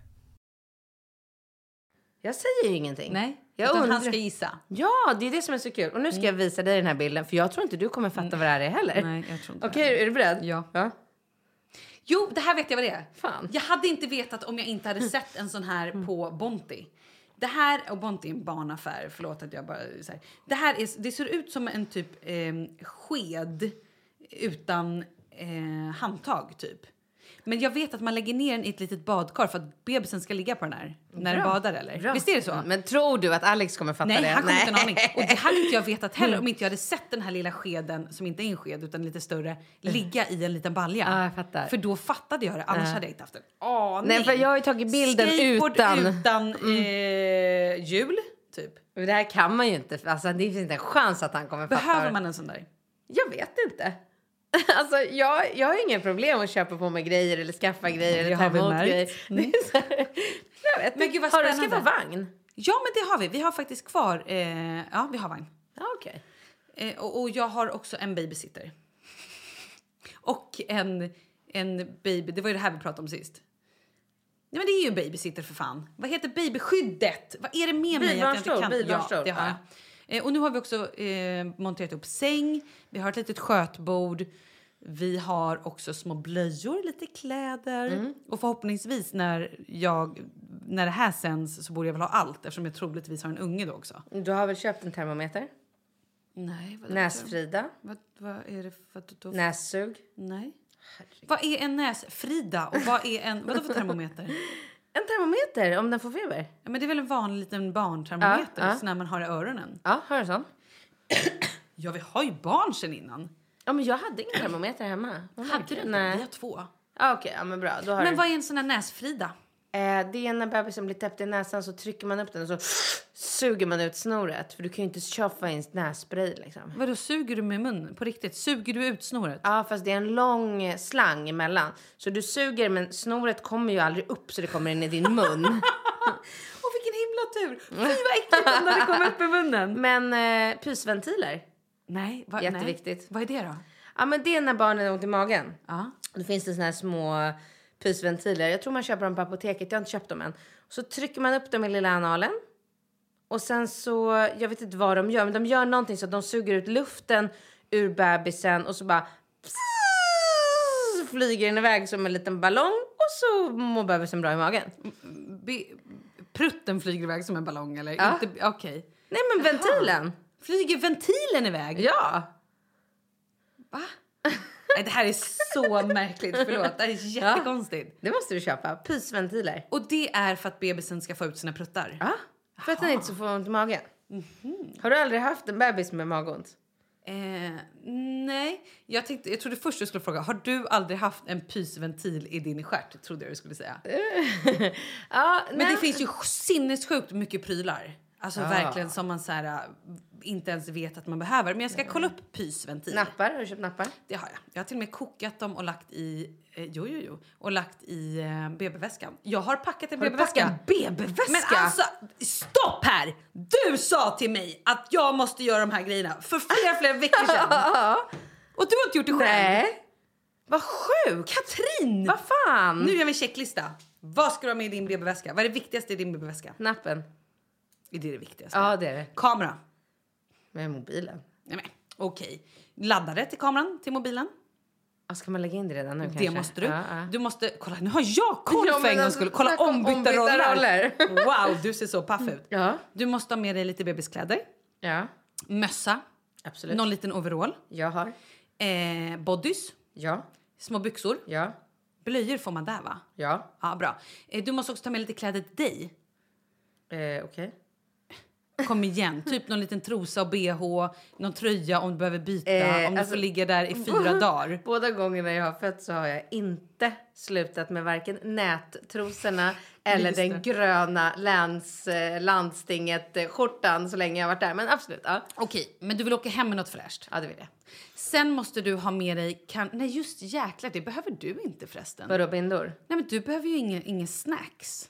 Jag säger ju ingenting. Nej, jag utan undrar... han ska gissa. Ja, det är det som är så kul. Och nu ska jag visa dig den här bilden. För jag tror inte du kommer fatta mm. vad det här är heller. Nej, jag tror inte. Okej, okay, är du beredd? Ja. ja. Jo, det här vet jag vad det är. Fan. Jag hade inte vetat om jag inte hade sett en sån här mm. på Bonti. Det här, och Bonti är en barnaffär, förlåt att jag bara säger. Det här är, det ser ut som en typ eh, sked utan eh, handtag typ. Men jag vet att man lägger ner den i ett litet badkar för att bebisen ska ligga på den här när den badar, eller? Bra. Visst är det så? Men tror du att Alex kommer fatta Nej, det? Han kommer Nej, inte en aning. Och det hade inte jag vetat heller om inte jag hade sett den här lilla skeden, som inte är en sked utan lite större, ligga i en liten balja. Ja, jag fattar. För då fattade jag det, annars ja. hade jag inte haft en aning. Nej, för jag har ju tagit bilden Skateboard utan... utan eh, hjul, typ. Det här kan man ju inte, alltså det finns inte en chans att han kommer fatta. Behöver man en sån där? Jag vet inte. Alltså jag, jag har ingen problem att köpa på mig grejer eller skaffa grejer eller ta emot grejer. Mm. Jag vet men gud, vad har du spännande. skaffat vagn? Ja, men det har vi. Vi har faktiskt kvar. Eh, ja, vi har vagn. Ja, okej. Okay. Eh, och, och jag har också en babysitter. Och en, en baby. Det var ju det här vi pratade om sist. Nej, men det är ju en babysitter för fan. Vad heter babyskyddet? Vad är det med mig att jag inte kan? Ja, det har jag. Eh, och nu har vi också eh, monterat upp säng. Vi har ett litet skötbord. Vi har också små blöjor, lite kläder. Mm. Och förhoppningsvis när, jag, när det här sänds så borde jag väl ha allt. Eftersom jag troligtvis har en unge då också. Du har väl köpt en termometer? Nej. Vad Näsfrida? Vad, vad är det för... Då? Nässug? Nej. Herregud. Vad är en näsfrida? Och vad är en... Vadå för termometer? En termometer om den får feber. Ja, men det är väl en vanlig liten barntermometer Ja, ja. så när man har i öronen. Ja, har du sån? Ja, vi har ju barn sen innan. Ja, men jag hade ingen termometer hemma. Hade du inte? Nej. Vi har två. Ja, okej. Ja, men bra. Då har Men du... vad är en sån här näsfrida? Eh, det är när bebisen blir täppt i näsan så trycker man upp den och så suger man ut snoret. För du kan ju inte tjoffa in nässpray liksom. Vadå, suger du med munnen? På riktigt? Suger du ut snoret? Ja, fast det är en lång slang emellan. Så du suger, men snoret kommer ju aldrig upp så det kommer in i din mun. Åh, vilken himla tur! Fy vad äckligt när det kommer upp i munnen. Men eh, pysventiler. Nej, va, Jätteviktigt. Nej. Vad är det då? Ja, men det är när barnen har ont i magen. Ja. Då finns det såna här små pysventiler. Jag tror man köper dem på apoteket. Jag har inte köpt dem än. Så trycker man upp dem i lilla analen. Och sen så, jag vet inte vad de gör. Men de gör någonting så att de suger ut luften ur bebisen. Och så bara flyger den iväg som en liten ballong. Och så mår bebisen bra i magen. Be, prutten flyger iväg som en ballong eller? Ja. Inte, okej. Nej, men ventilen. Flyger ventilen iväg? Ja. Va? Nej, det här är så märkligt. Förlåt, det här är jättekonstigt. Det måste du köpa. Pysventiler. Och det är för att bebisen ska få ut sina pruttar? Ja, för att den inte så får ont i magen. Mm-hmm. Har du aldrig haft en bebis med magont? Eh, nej, jag, tänkte, jag trodde först du skulle fråga, har du aldrig haft en pysventil i din stjärt? Trodde jag du skulle säga. Ja, men nej. det finns ju sinnessjukt mycket prylar. Alltså Ja. verkligen som man så här, inte ens vet att man behöver. Men jag ska kolla upp pysventil. Nappar, har du köpt nappar? Det har jag. Jag har till och med kokat dem och lagt i eh, jo, jo, jo, och lagt i eh, B B-väskan. Jag har packat en Har du B B-väska. packat en B B-väska? Men alltså, stopp här! Du sa till mig att jag måste göra de här grejerna för flera, flera veckor sedan. Och du har inte gjort det själv. Nej. Vad sjukt! Katrin! Vad fan? Nu gör vi en checklista. Vad ska du ha med i din B B-väska? Vad är det viktigaste i din B B-väska? Nappen. Är det det viktigaste? Ja, det är det. Kamera. Med mobilen. Nej, men okej. Laddare till kameran, till mobilen. Ja, ska man lägga in det redan nu Det kanske? måste du. Ja, ja. Du måste, kolla nu har jag koll Ja, för men en gångs alltså, skull. Kolla snacka om ombytta, ombytta roller. roller. Wow, du ser så paff ut. Ja. Du måste ha med dig lite bebiskläder. Ja, Mössa. absolut. Någon liten overall. Jag har. Eh, bodys. Ja. Små byxor. Ja. Blöjor får man där, va? Ja. Ja, bra. Eh, du måste också ta med lite kläder till dig. Eh, Okej. Kom igen. Typ någon liten trosa och B H. Någon tröja om du behöver byta. Eh, om du alltså- får ligga där i fyra dagar. Båda gångerna jag har fött så har jag inte slutat med varken nättrosorna eller Just den det. gröna läns, eh, landstinget eh, skjortan så länge jag har varit där. Men absolut, ja. Okej, men du vill åka hem med något fräscht. Ja, det vill jag. Sen måste du ha med dig... Kan... Nej, just jäklar. Det behöver du inte förresten. Vadå, bindor? Nej, men du behöver ju ingen, ingen snacks.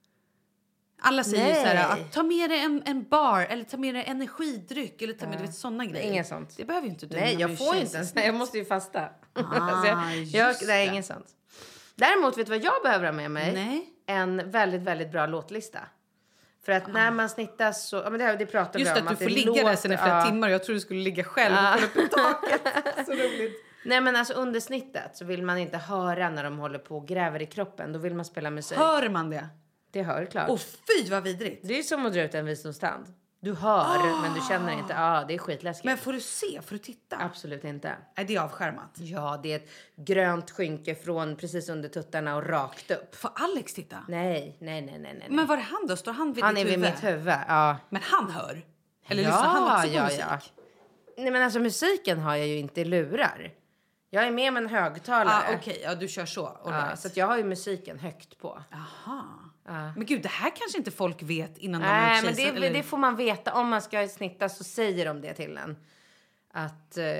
Alla säger Nej. ju så här, att ta med dig en, en bar eller ta med dig energidryck eller ta med dig såna grejer. Inget sånt. Det behöver ju inte du. Nej, när jag man får är inte ens. Nej, jag måste ju fasta. Ah, Alltså, jag, jag, just det är det. inget sånt. Däremot, vet du vad jag behöver ha med mig? Nej. En väldigt, väldigt bra låtlista. För att när man snittas så... Ja, men det, det pratar Just vi att om. du får ligga låter, där sen i flera ja. timmar. Jag tror du skulle ligga själv och kolla upp i taket. Så roligt. Nej, men alltså under snittet så vill man inte höra när de håller på och gräver i kroppen. Då vill man spela musik. Hör man det? Det hör klart. Åh, fy vad vidrigt. Det är som att dra ut en visdomstand. Du hör, men du känner inte. Ja, det är skitläskigt. Men får du se? Får du titta? Absolut inte. Är det avskärmat? Ja, det är ett grönt skynke från precis under tuttarna och rakt upp. Får Alex titta? Nej, nej, nej, nej, nej. Men var är han då? Står han vid Han ditt är vid huvud? mitt huvud, ja. Men han hör? Eller Ja, lyssnar han också på ja, musik? ja. Nej, men alltså musiken har jag ju inte i lurar. Jag är med med en högtalare. Ah, Okej, okay. Ja, du kör så. All Ja, right. så att jag har ju musiken högt på. Aha. Ja. Men gud, det här kanske inte folk vet innan de har Nej, gjort men det, kejsar, eller? det får man veta. Om man ska snitta så säger de det till en. Att eh,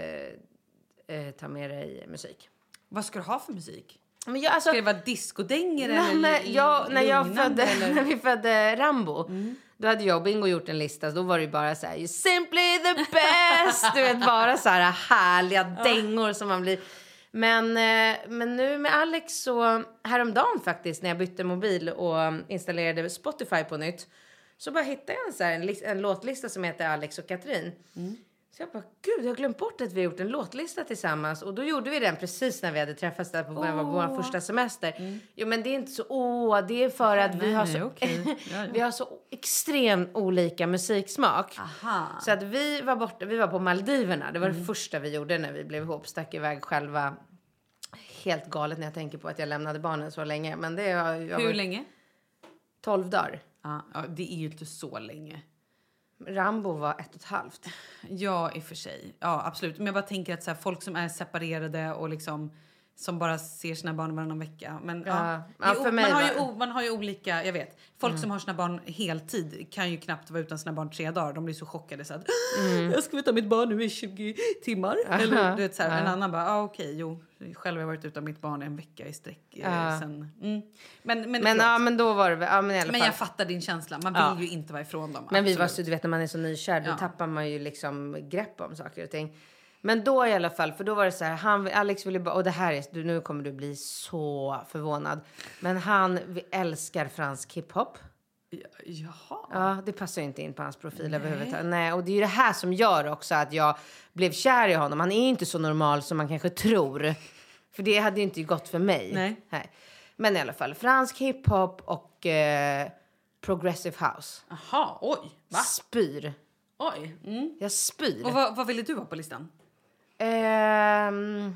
eh, ta med dig musik. Vad ska du ha för musik? Men jag, alltså, Ska det vara discodänger nej, eller men jag, när, jag lugnande, födde, eller? när vi födde Rambo, då hade jag och Bingo gjort en lista. Då var det ju bara så här, "You simply the best." Du vet, bara så här härliga dängor som man blir. Men, eh, men nu med Alex så, häromdagen faktiskt, när jag bytte mobil och installerade Spotify på nytt, så bara hittade jag en, så här, en, lis- en låtlista som heter Alex och Katrin. Så jag bara, gud, jag har glömt bort att vi har gjort en låtlista tillsammans. Och då gjorde vi den precis när vi hade träffats där på oh. vår första semester. Mm. Jo, men det är inte så, åh, det är för att nej, vi, har nej, så, okay. ja, ja. vi har så extremt olika musiksmak. Aha. Så att vi var borta, vi var på Maldiverna. Det var mm. det första vi gjorde när vi blev ihop. Stack iväg själva. Helt galet när jag tänker på att jag lämnade barnen så länge. Men det, jag, jag Hur var, länge? tolv dagar. Ja, ja, det är ju inte så länge. Rambo var ett och ett halvt. Ja, i och för sig. Ja, absolut. Men jag bara tänker att så här, folk som är separerade och liksom som bara ser sina barn varannan vecka. Men ja, Ja. ja, Ja, för mig man, har var- ju, o- man har ju olika, jag vet. Folk som har sina barn heltid kan ju knappt vara utan sina barn tre dagar. De blir så chockade så att jag ska veta mitt barn nu i tjugo timmar. Eller du vet så här, en annan bara, ah, okej, jo. Själv har jag varit utan mitt barn en vecka i sträck Ja. sen. Mm. Men, men, Men, förlåt. ja, men då var det väl- ja, men i alla men fall. jag fattar din känsla. Man vill Ja. ju inte vara ifrån dem. Men vi var så, absolut. du vet när man är så nykär, då Ja. tappar man ju liksom grepp om saker och ting. Men då i alla fall, för då var det så här, han, Alex ville bara, och det här är, du, nu kommer du bli så förvånad. Men han vi älskar fransk hiphop. Ja, jaha. Ja, det passar ju inte in på hans profil överhuvudtaget. Nej, och det är ju det här som gör också att jag blev kär i honom. Han är ju inte så normal som man kanske tror. För det hade ju inte gått för mig. Nej. Nej. Men i alla fall, fransk hiphop och eh, progressive house. Jaha, oj. Va? Spyr. Oj. Mm. Jag spyr. Och vad, vad ville du ha på listan? Ehm,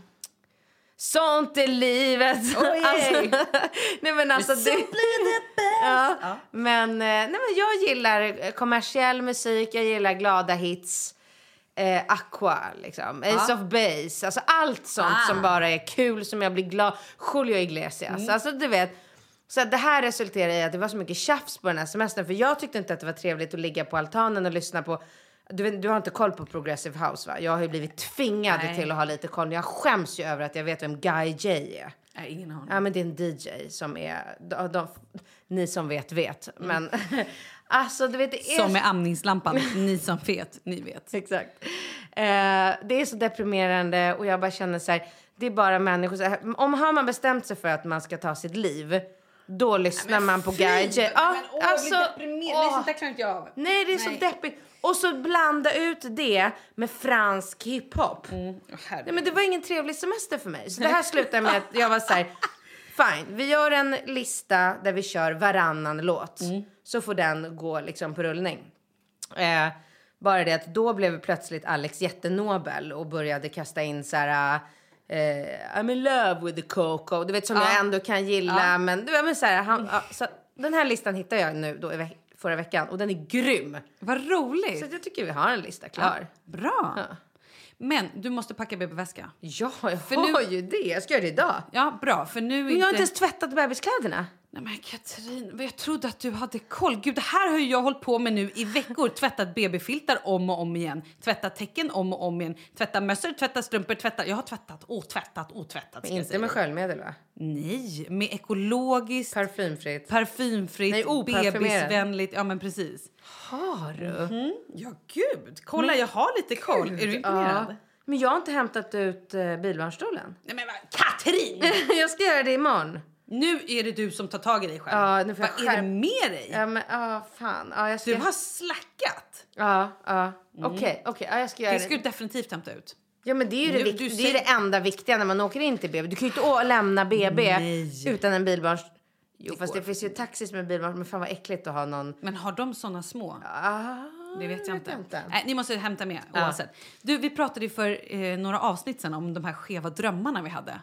sånt är livet. Alltså, nej men alltså det, ja, Ja. men, eh, nej men jag gillar kommersiell musik, jag gillar glada hits. Eh, Aqua liksom, Ace Ja. of Base, alltså allt sånt Ah. som bara är kul, som jag blir glad. Julio Iglesias, alltså du vet. Så att det här resulterar i att det var så mycket tjafs på den här semestern. För jag tyckte inte att det var trevligt att ligga på altanen och lyssna på. Du, vet, du har inte koll på Progressive House, va? Jag har ju blivit tvingad Nej. till att ha lite koll. Jag skäms ju över att jag vet vem Guy J är. Nej, ingen aning. Ja, men det är en D J som är... De, de, ni som vet, vet. Men alltså, du vet, det är... Som med amningslampan. Ni som vet, ni vet. Exakt. Eh, det är så deprimerande och jag bara känner så här, det är bara människor så här, om har man bestämt sig för att man ska ta sitt liv, då lyssnar man på Guy J. Ja, alltså, åh. där klarar inte jag av. Nej, det är så deppigt. Och så blanda ut det med fransk hiphop. Mm. Nej, men det var ingen trevlig semester för mig. Så det här slutade med att jag var så här, fine, vi gör en lista där vi kör varannan låt. Mm. Så Så får den gå liksom på rullning. Eh, bara det att då blev plötsligt Alex jättenobel och började kasta in så här... Uh, I'm in love with the Coco. Du vet, som Ja. jag ändå kan gilla. Ja. Men du vet, men så här, han, ja, så den här listan hittade jag nu då i veck- förra veckan. Och den är grym. Vad roligt. Så att jag tycker vi har en lista klar. Ja, bra. Ja. Men du måste packa babyväska. Ja, jag För har nu- ju det. Jag ska göra det idag. Ja, bra. För nu är Men jag har inte... inte ens tvättat bebiskläderna. Nej men Katrin, jag trodde att du hade koll. Gud, det här har ju jag hållit på med nu i veckor. Tvättat babyfiltar om och om igen. Tvättat tecken om och om igen. Tvättat mössor, tvättat strumpor, tvättat... Jag har tvättat, otvättat, otvättat. Men ska jag inte säga. med sköljmedel, va? Nej, med ekologiskt, Parfymfritt. parfymfritt, Nej, oparfymerat. bebisvänligt. Ja men precis. Har du? Mm. Ja gud, kolla jag har lite koll. Är du imponerad? Ja. Men jag har inte hämtat ut uh, bilbarnstolen. Nej men vad- Katrin! Jag ska göra det imorgon. Nu är det du som tar tag i dig själv. Ja, nu får jag Vad är det skärp- med dig? Ja, men ja, fan. Ja, jag ska... Du har slackat. Ja, ja. Okej, okej. Ja, jag ska göra Det det. ska du definitivt hämta ut. Ja, men det är ju det, Nu, vikt... du det, är säger- det enda viktiga när man åker in till B B. Du kan ju inte å- lämna B B Nej. utan en bilbarns... Jo, Det fast går det finns ju taxis med bilbarns. Men fan vad äckligt att ha någon... Men har de såna små? Ah, Det vet jag inte. inte. Nej, ni måste hämta med Ja. oavsett. Du, vi pratade ju för eh, några avsnitt sedan om de här skeva drömmarna vi hade.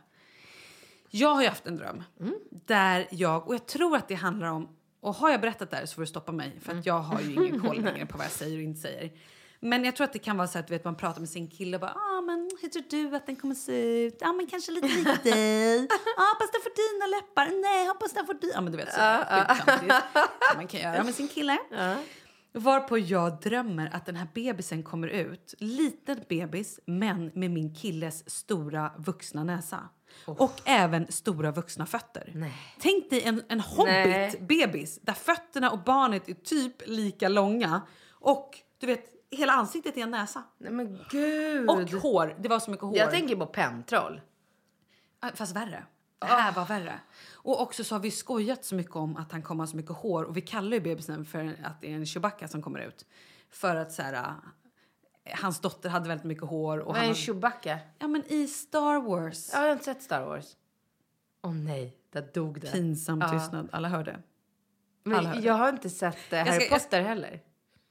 Jag har ju haft en dröm där jag, och jag tror att det handlar om, och har jag berättat det här så får du stoppa mig för att jag har ju ingen koll längre på vad jag säger och inte säger. Men jag tror att det kan vara så att du vet, man pratar med sin kille och bara, ah, men hur tror du att den kommer se ut? Ja, ah, men kanske lite lik dig. Ja, ah, hoppas den får dina läppar. Nej, hoppas den får dina. Ja, men du vet så. Skitsamtigt. Som man kan göra med sin kille. Varpå jag drömmer att den här bebisen kommer ut. Liten bebis, men med min killes stora vuxna näsa. Och även stora vuxna fötter. Nej. Tänk dig en, en hobbit-bebis där fötterna och barnet är typ lika långa. Och du vet, hela ansiktet är en näsa. Nej, men gud. Och hår. Det var så mycket hår. Jag tänker på pentroll. Ja, fast värre. Det här var värre. Och också så har vi skojat så mycket om att han kommer ha så mycket hår. Och vi kallar ju bebisen för att det är en Chewbacca som kommer ut. För att så här, äh, hans dotter hade väldigt mycket hår. Och Vad han är en har- Chewbacca? Ja, men i Star Wars. Jag har inte sett Star Wars. Åh oh, nej, där dog det. Pinsam Ja. tystnad. Alla hörde. Alla Men hörde. jag har inte sett uh, Harry ska- jag- Potter heller.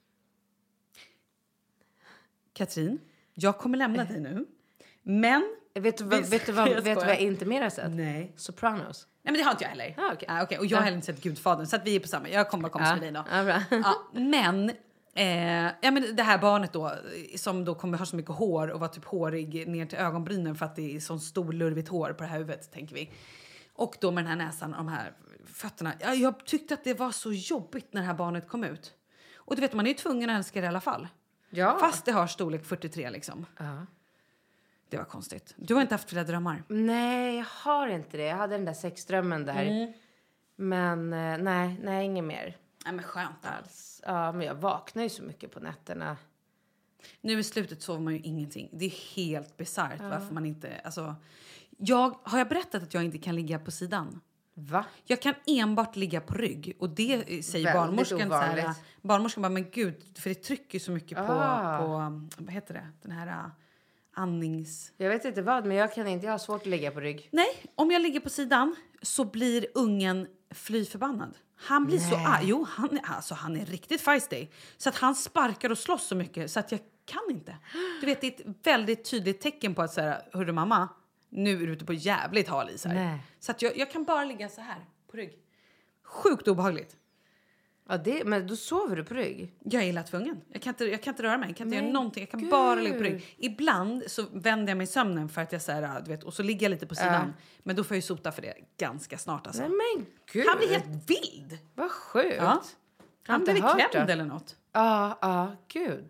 Katrin, jag kommer lämna dig nu. Men Vet du vad, vet du vad, Jag vet du vad skojar. jag inte mer har sett? Nej. Sopranos. Nej, men det har inte jag heller. Ah, okej. Ah, okay. Och jag har Ja. heller inte sett Gudfadern, så att vi är på samma. Jag kommer bara komma Ja. med dig då. Ja, bra. Ja, men, eh, ja, men det här barnet då, som då kommer ha så mycket hår och vara typ hårig ner till ögonbrynen för att det är sån stor lurvigt hår på det här huvudet, tänker vi. Och då med den här näsan och de här fötterna. Ja, jag tyckte att det var så jobbigt när det här barnet kom ut. Och du vet, man är ju tvungen att älska det i alla fall. Ja. Fast det har storlek fyrtiotre liksom. Ja. Det var konstigt. Du har inte haft flera drömmar? Nej, jag har inte det. Jag hade den där sexdrömmen där. Mm. Men eh, nej, nej, inget mer. Nej, men skönt alls. Ja, men jag vaknar ju så mycket på nätterna. Nu i slutet sover man ju ingenting. Det är helt bisarrt varför man inte... Alltså, jag, har jag berättat att jag inte kan ligga på sidan? Va? Jag kan enbart ligga på rygg. Och det säger Väldigt barnmorskan. Så här, ovanligt. barnmorskan bara, men gud, för det trycker så mycket på, Ah. på... Vad heter det? Den här uh, andnings... Jag vet inte vad, men jag kan inte. Jag har svårt att ligga på rygg. Nej, om jag ligger på sidan så blir ungen fly förbannad. Han blir Nej. så arg. Jo, han, alltså, han är riktigt feisty. Så att han sparkar och slåss så mycket så att jag kan inte. Du vet, det är ett väldigt tydligt tecken på att säga, hörru mamma, nu är du ute på jävligt hal is här. Nej. Så att jag, jag kan bara ligga så här på rygg. Sjukt obehagligt. Ja, det, men då sover du på rygg? Jag är illa tvungen. Jag kan inte, jag kan inte röra mig. Jag kan inte Nej, göra någonting. Jag kan gud. bara ligga på rygg. Ibland så vänder jag mig i sömnen för att jag säger, du vet, och så ligger jag lite på sidan. Men då får jag ju sota för det ganska snart alltså. Nej, men gud. Han blir helt vild. Vad sjukt. Ja. Han har blev inte hört klämd det. eller något. Ja, ja, gud.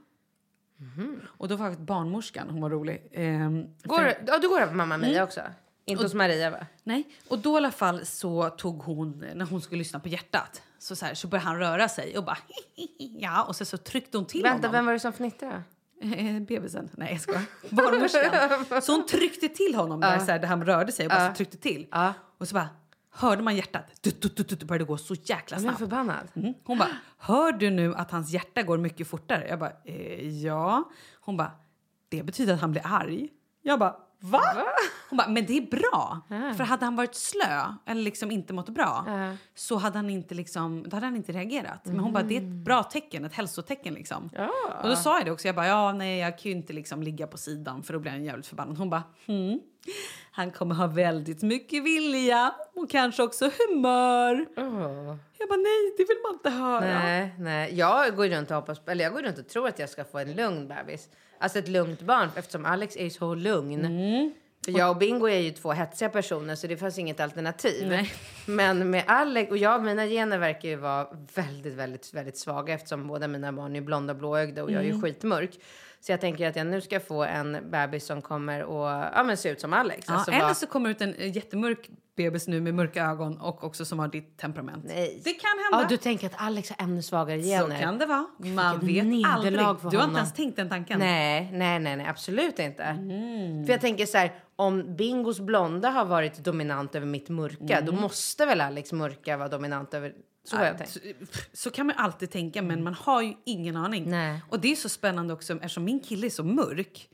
Och då var faktiskt barnmorskan, hon var rolig. Ehm, Går, för- ja, du går där på mamma Mia också? Inte hos Maria, va? Nej, och då i alla fall så tog hon, när hon skulle lyssna på hjärtat, så, så, här, så började han röra sig och bara ja, och så, så tryckte hon till Vänta, honom. vem var det som fnittrade? Eh, bebisen. Nej, jag skojar. Barnmorskan. Så hon tryckte till honom där, så här, där han rörde sig och bara så tryckte till. Ja. Och så bara hörde man hjärtat. Dut, dut, dut, dut, det började gå så jäkla Jag är snabbt. förbannad. Mm. Hon bara, hör du nu att hans hjärta går mycket fortare? Jag bara, eh, ja. Hon bara, det betyder att han blir arg. Jag bara, va? Hon bara, men det är bra. För hade han varit slö eller liksom inte mått bra Ja. så hade han inte liksom, då hade han inte reagerat. Men hon bara, det är ett bra tecken, ett hälsotecken liksom. Ja. Och då sa jag det också. Jag bara, ja nej jag kan ju inte liksom ligga på sidan för då blir han jävligt förbannad. Hon bara, hmm. Han kommer ha väldigt mycket vilja och kanske också humör. Oh. Jag bara, nej det vill man inte höra. Nej, nej. Jag går runt och hoppas, eller jag går runt och tror att jag ska få en lugn bebis. Alltså ett lugnt barn, eftersom Alex är så lugn. Mm. För jag och Bingo är ju två hetsiga personer, så det fanns inget alternativ. Nej. Men med Alex, och jag, mina gener verkar ju vara väldigt, väldigt, väldigt svaga. Eftersom båda mina barn är blonda och blåögda och jag är ju skitmörk. Så jag tänker att jag nu ska få en bebis som kommer att ja, men se ut som Alex. Ja, Alltså, eller vad- så kommer ut en eh, jättemörk bebis nu med mörka ögon och också som har ditt temperament. Nej. Det kan hända. Ja, du tänker att Alex har ännu svagare gener. Så kan det vara. Man Vilket vet nederlag aldrig. för Du har honom. inte ens tänkt den tanken. Nej, nej, nej, nej, absolut inte. Mm. För jag tänker så här, om Bingos blonda har varit dominant över mitt mörka, Mm. då måste väl Alex mörka vara dominant över... Så har jag tänkt. Så, så kan man alltid tänka, men man har ju ingen aning. Nej. Och det är så spännande också eftersom min kille är så mörk.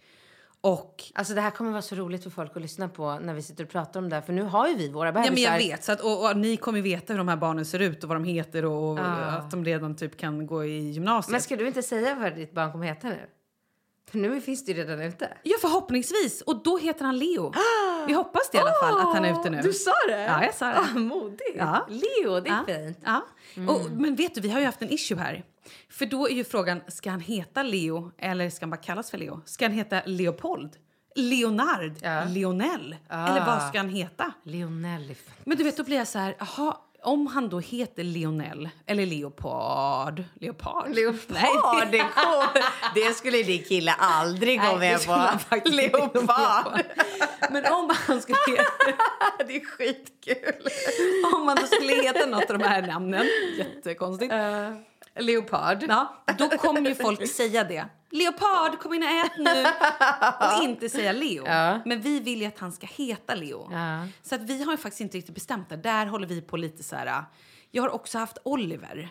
Och Alltså det här kommer vara så roligt för folk att lyssna på när vi sitter och pratar om det här. För nu har ju vi våra ja, bebisar. men jag vet. Så att, och, och ni kommer veta hur de här barnen ser ut och vad de heter och, och Ah. att de redan typ kan gå i gymnasiet. Men ska du inte säga vad ditt barn kommer heta nu? För nu finns det ju redan ute. Ja, förhoppningsvis. Och då heter han Leo. Vi hoppas det i alla fall, att han är ute nu. Du sa det? Ja, jag sa det. Ah, modigt. Ja. Leo, det är Ja, fint. ja. Och, men vet du, vi har ju haft en issue här. För då är ju frågan, ska han heta Leo eller ska han bara kallas för Leo? Ska han heta Leopold? Leonard? Ja. Lionel? Ah. Eller vad ska han heta? Lionel är fint. Men du vet, då blir jag så här, aha, om han då heter Lionel eller Leopard. Leopard? Leopard, det, kom, det skulle din kille aldrig gå Nej, det med skulle han på. faktiskt inte gå med Leopard. Men om han skulle heta, Det är skitkul. om han då skulle heta något av de här namnen, jättekonstigt. Uh, leopard. Ja, då kommer ju folk säga det. Leopard, kom in och ät nu. Och inte säga Leo. Ja. Men vi vill ju att han ska heta Leo. Ja. Så att vi har ju faktiskt inte riktigt bestämt det. Där håller vi på lite så här. Jag har också haft Oliver.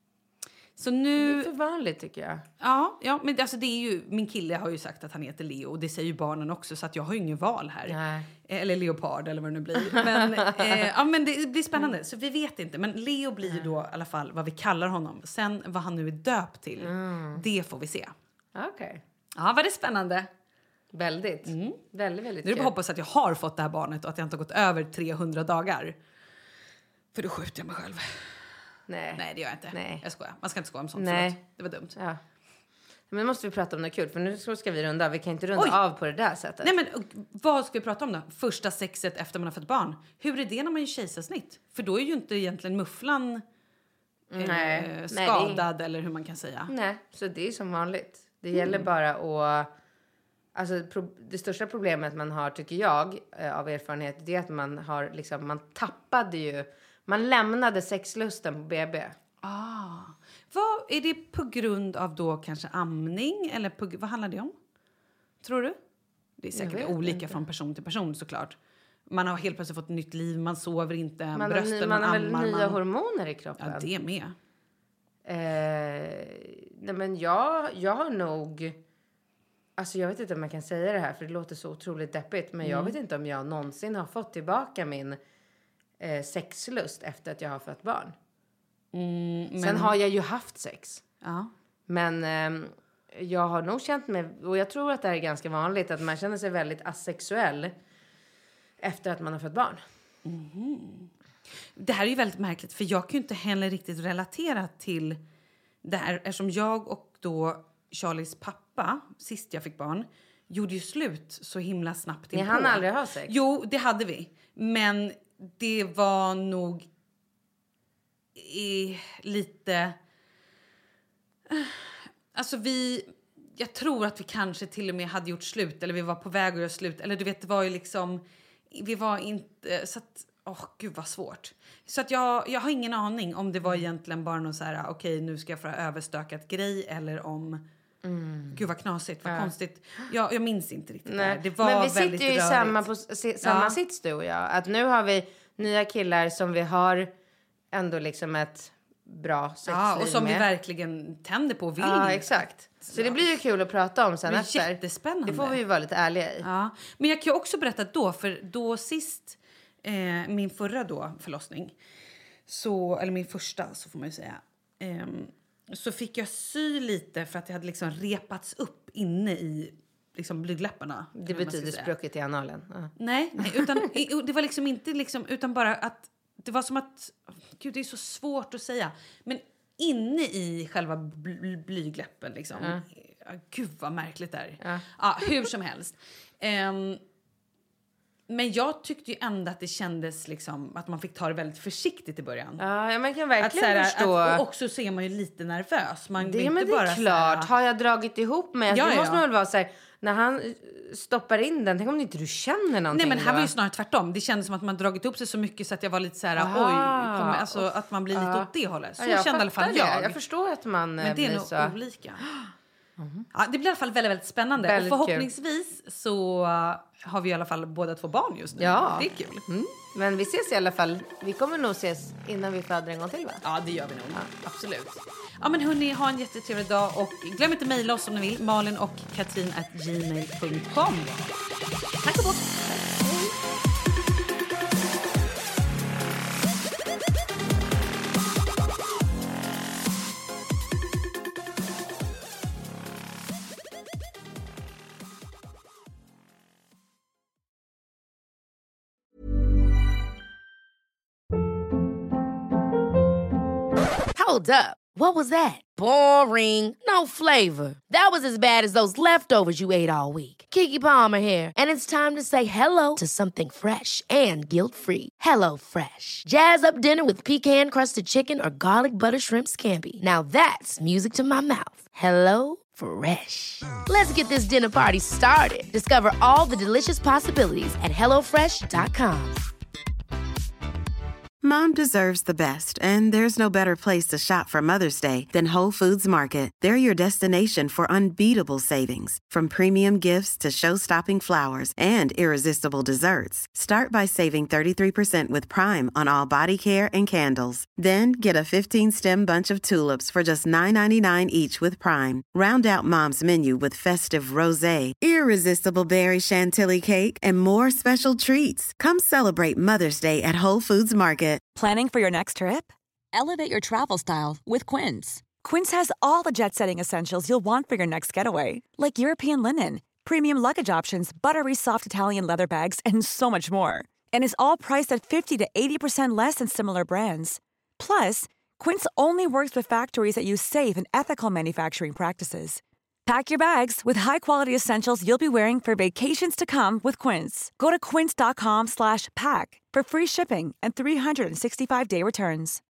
Så Det är nu... för vanligt tycker jag. Ja, ja, men alltså det är ju... Min kille har ju sagt att han heter Leo. Och det säger ju barnen också. Så att jag har ju ingen val här. Nej. Eller Leopard eller vad det nu blir. Men, eh, ja, men det blir spännande. Så vi vet inte. Men Leo blir ju då i alla fall vad vi kallar honom. Sen vad han nu är döpt till. Det får vi se. Okej. Ja, var det spännande? Väldigt. Mm. Väldigt, väldigt Nu är det bara hoppas att jag har fått det här barnet och att jag inte har gått över trehundra dagar. För då skjuter jag mig själv. Nej. Nej, det gör jag inte. Nej. Jag skojar. Man ska inte skoja om sånt. Nej. Förlåt. Det var dumt. Ja. Men nu måste vi prata om något kul. För nu ska vi runda. Vi kan inte runda Oj. av på det där sättet. Nej, men vad ska vi prata om då? Första sexet efter man har fått barn. Hur är det när man gör kejsarsnitt? För då är ju inte egentligen mufflan Nej. eh, skadad. Nej, är... eller hur man kan säga. Nej, så det är som vanligt. Det mm. gäller bara att... Alltså, pro- det största problemet man har, tycker jag, eh, av erfarenhet, det är att man har liksom, man tappade ju, man lämnade sexlusten på B B. Ah. Vad är det på grund av då kanske amning eller på, vad handlar det om? Tror du? Det är säkert olika inte. Från person till person såklart. Man har helt plötsligt fått ett nytt liv, man sover inte, man brösten, har, man, man har väl ammar, nya man... hormoner i kroppen. Ja, det med. Eh, nej men jag, jag har nog... Alltså jag vet inte om jag kan säga det här för det låter så otroligt deppigt. Men mm. jag vet inte om jag någonsin har fått tillbaka min eh, sexlust efter att jag har fått barn. Mm, men... Sen har jag ju haft sex. Ja. Men eh, jag har nog känt mig, och jag tror att det här är ganska vanligt, att man känner sig väldigt asexuell efter att man har fått barn. Mm. Det här är ju väldigt märkligt för jag kan ju inte heller riktigt relatera till det här eftersom jag och då Charlies pappa, sist jag fick barn, gjorde ju slut så himla snabbt. Ni hann aldrig ha sex? Jo, det hade vi. Men det var nog i, lite... Alltså vi... Jag tror att vi kanske till och med hade gjort slut. Eller vi var på väg att göra slut. Eller du vet, det var ju liksom... Vi var inte... Så att... Åh, oh, gud vad svårt. Så att jag, jag har ingen aning om det var egentligen bara någon så här... Okej, okay, nu ska jag få överstökat grej. Eller om... Mm. Gud vad knasigt, vad ja. konstigt. Jag, jag minns inte riktigt det, det var men vi sitter väldigt ju i rörigt. samma, på, se, samma ja. sits du och jag. Att nu har vi nya killar som vi har ändå liksom ett bra sexliv med. Ja, och som med. vi verkligen tänder på och vill. Ja, exakt. Så, så det blir ju kul att prata om sen det efter. Jättespännande. Det får vi ju vara lite ärliga i. Ja. Men jag kan ju också berätta då, för då sist, eh, min förra då förlossning, så, eller min första så får man ju säga, eh, så fick jag sy lite för att jag hade liksom repats upp inne i liksom blygdläpparna. Det betyder sprucket i analen. Ja. Nej, nej, utan det var liksom inte liksom, utan bara att det var som att, gud det är så svårt att säga, men inne i själva bl- blygläppen liksom. Ja. Ja, gud vad märkligt det är. Ja. Ja, hur som helst. Um, Men jag tyckte ju ändå att det kändes liksom att man fick ta det väldigt försiktigt i början. Ja, man kan verkligen att, förstå. Att, och också så är man ju lite nervös. Man det, inte men det bara är klart. Såhär, har jag dragit ihop mig? Ja, det måste ja. väl vara så här, när han stoppar in den, tänk om inte du känner någonting. Nej, men här då? var ju snarare tvärtom. Det kändes som att man dragit ihop sig så mycket så att jag var lite så här, oj, kommer, alltså att man blir lite ja. åt det hållet. Så ja, jag kände i alla fall jag. Det. Jag förstår att man men det är nog så... olika. Mm. Ja, det blir i alla fall väldigt, väldigt spännande. Väldigt och förhoppningsvis kul. Så uh, har vi i alla fall båda två barn just nu. Ja. Det är kul. Mm. Men vi ses i alla fall. Vi kommer nog ses innan vi föder en gång till, va? Ja, det gör vi nog. Ja. Absolut. Ja, men hörni, ha en jättetrevlig dag. Och glöm inte mejla oss om ni vill. Malin och Katrin at gmail punkt com. Tack och bock. Hold up. What was that? Boring. No flavor. That was as bad as those leftovers you ate all week. Keke Palmer here, and it's time to say hello to something fresh and guilt-free. Hello Fresh. Jazz up dinner with pecan-crusted chicken or garlic butter shrimp scampi. Now that's music to my mouth. Hello Fresh. Let's get this dinner party started. Discover all the delicious possibilities at hello fresh dot com. Mom deserves the best, and there's no better place to shop for Mother's Day than Whole Foods Market. They're your destination for unbeatable savings, from premium gifts to show-stopping flowers and irresistible desserts. Start by saving thirty-three percent with Prime on all body care and candles. Then get a fifteen-stem bunch of tulips for just nine ninety-nine each with Prime. Round out Mom's menu with festive rosé, irresistible berry chantilly cake, and more special treats. Come celebrate Mother's Day at Whole Foods Market. Planning for your next trip? Elevate your travel style with Quince. Quince has all the jet-setting essentials you'll want for your next getaway, like European linen, premium luggage options, buttery soft Italian leather bags, and so much more. And is all priced at fifty to eighty percent less than similar brands. Plus, Quince only works with factories that use safe and ethical manufacturing practices. Pack your bags with high-quality essentials you'll be wearing for vacations to come with Quince. Go to quince dot com slash pack for free shipping and three hundred sixty-five day returns.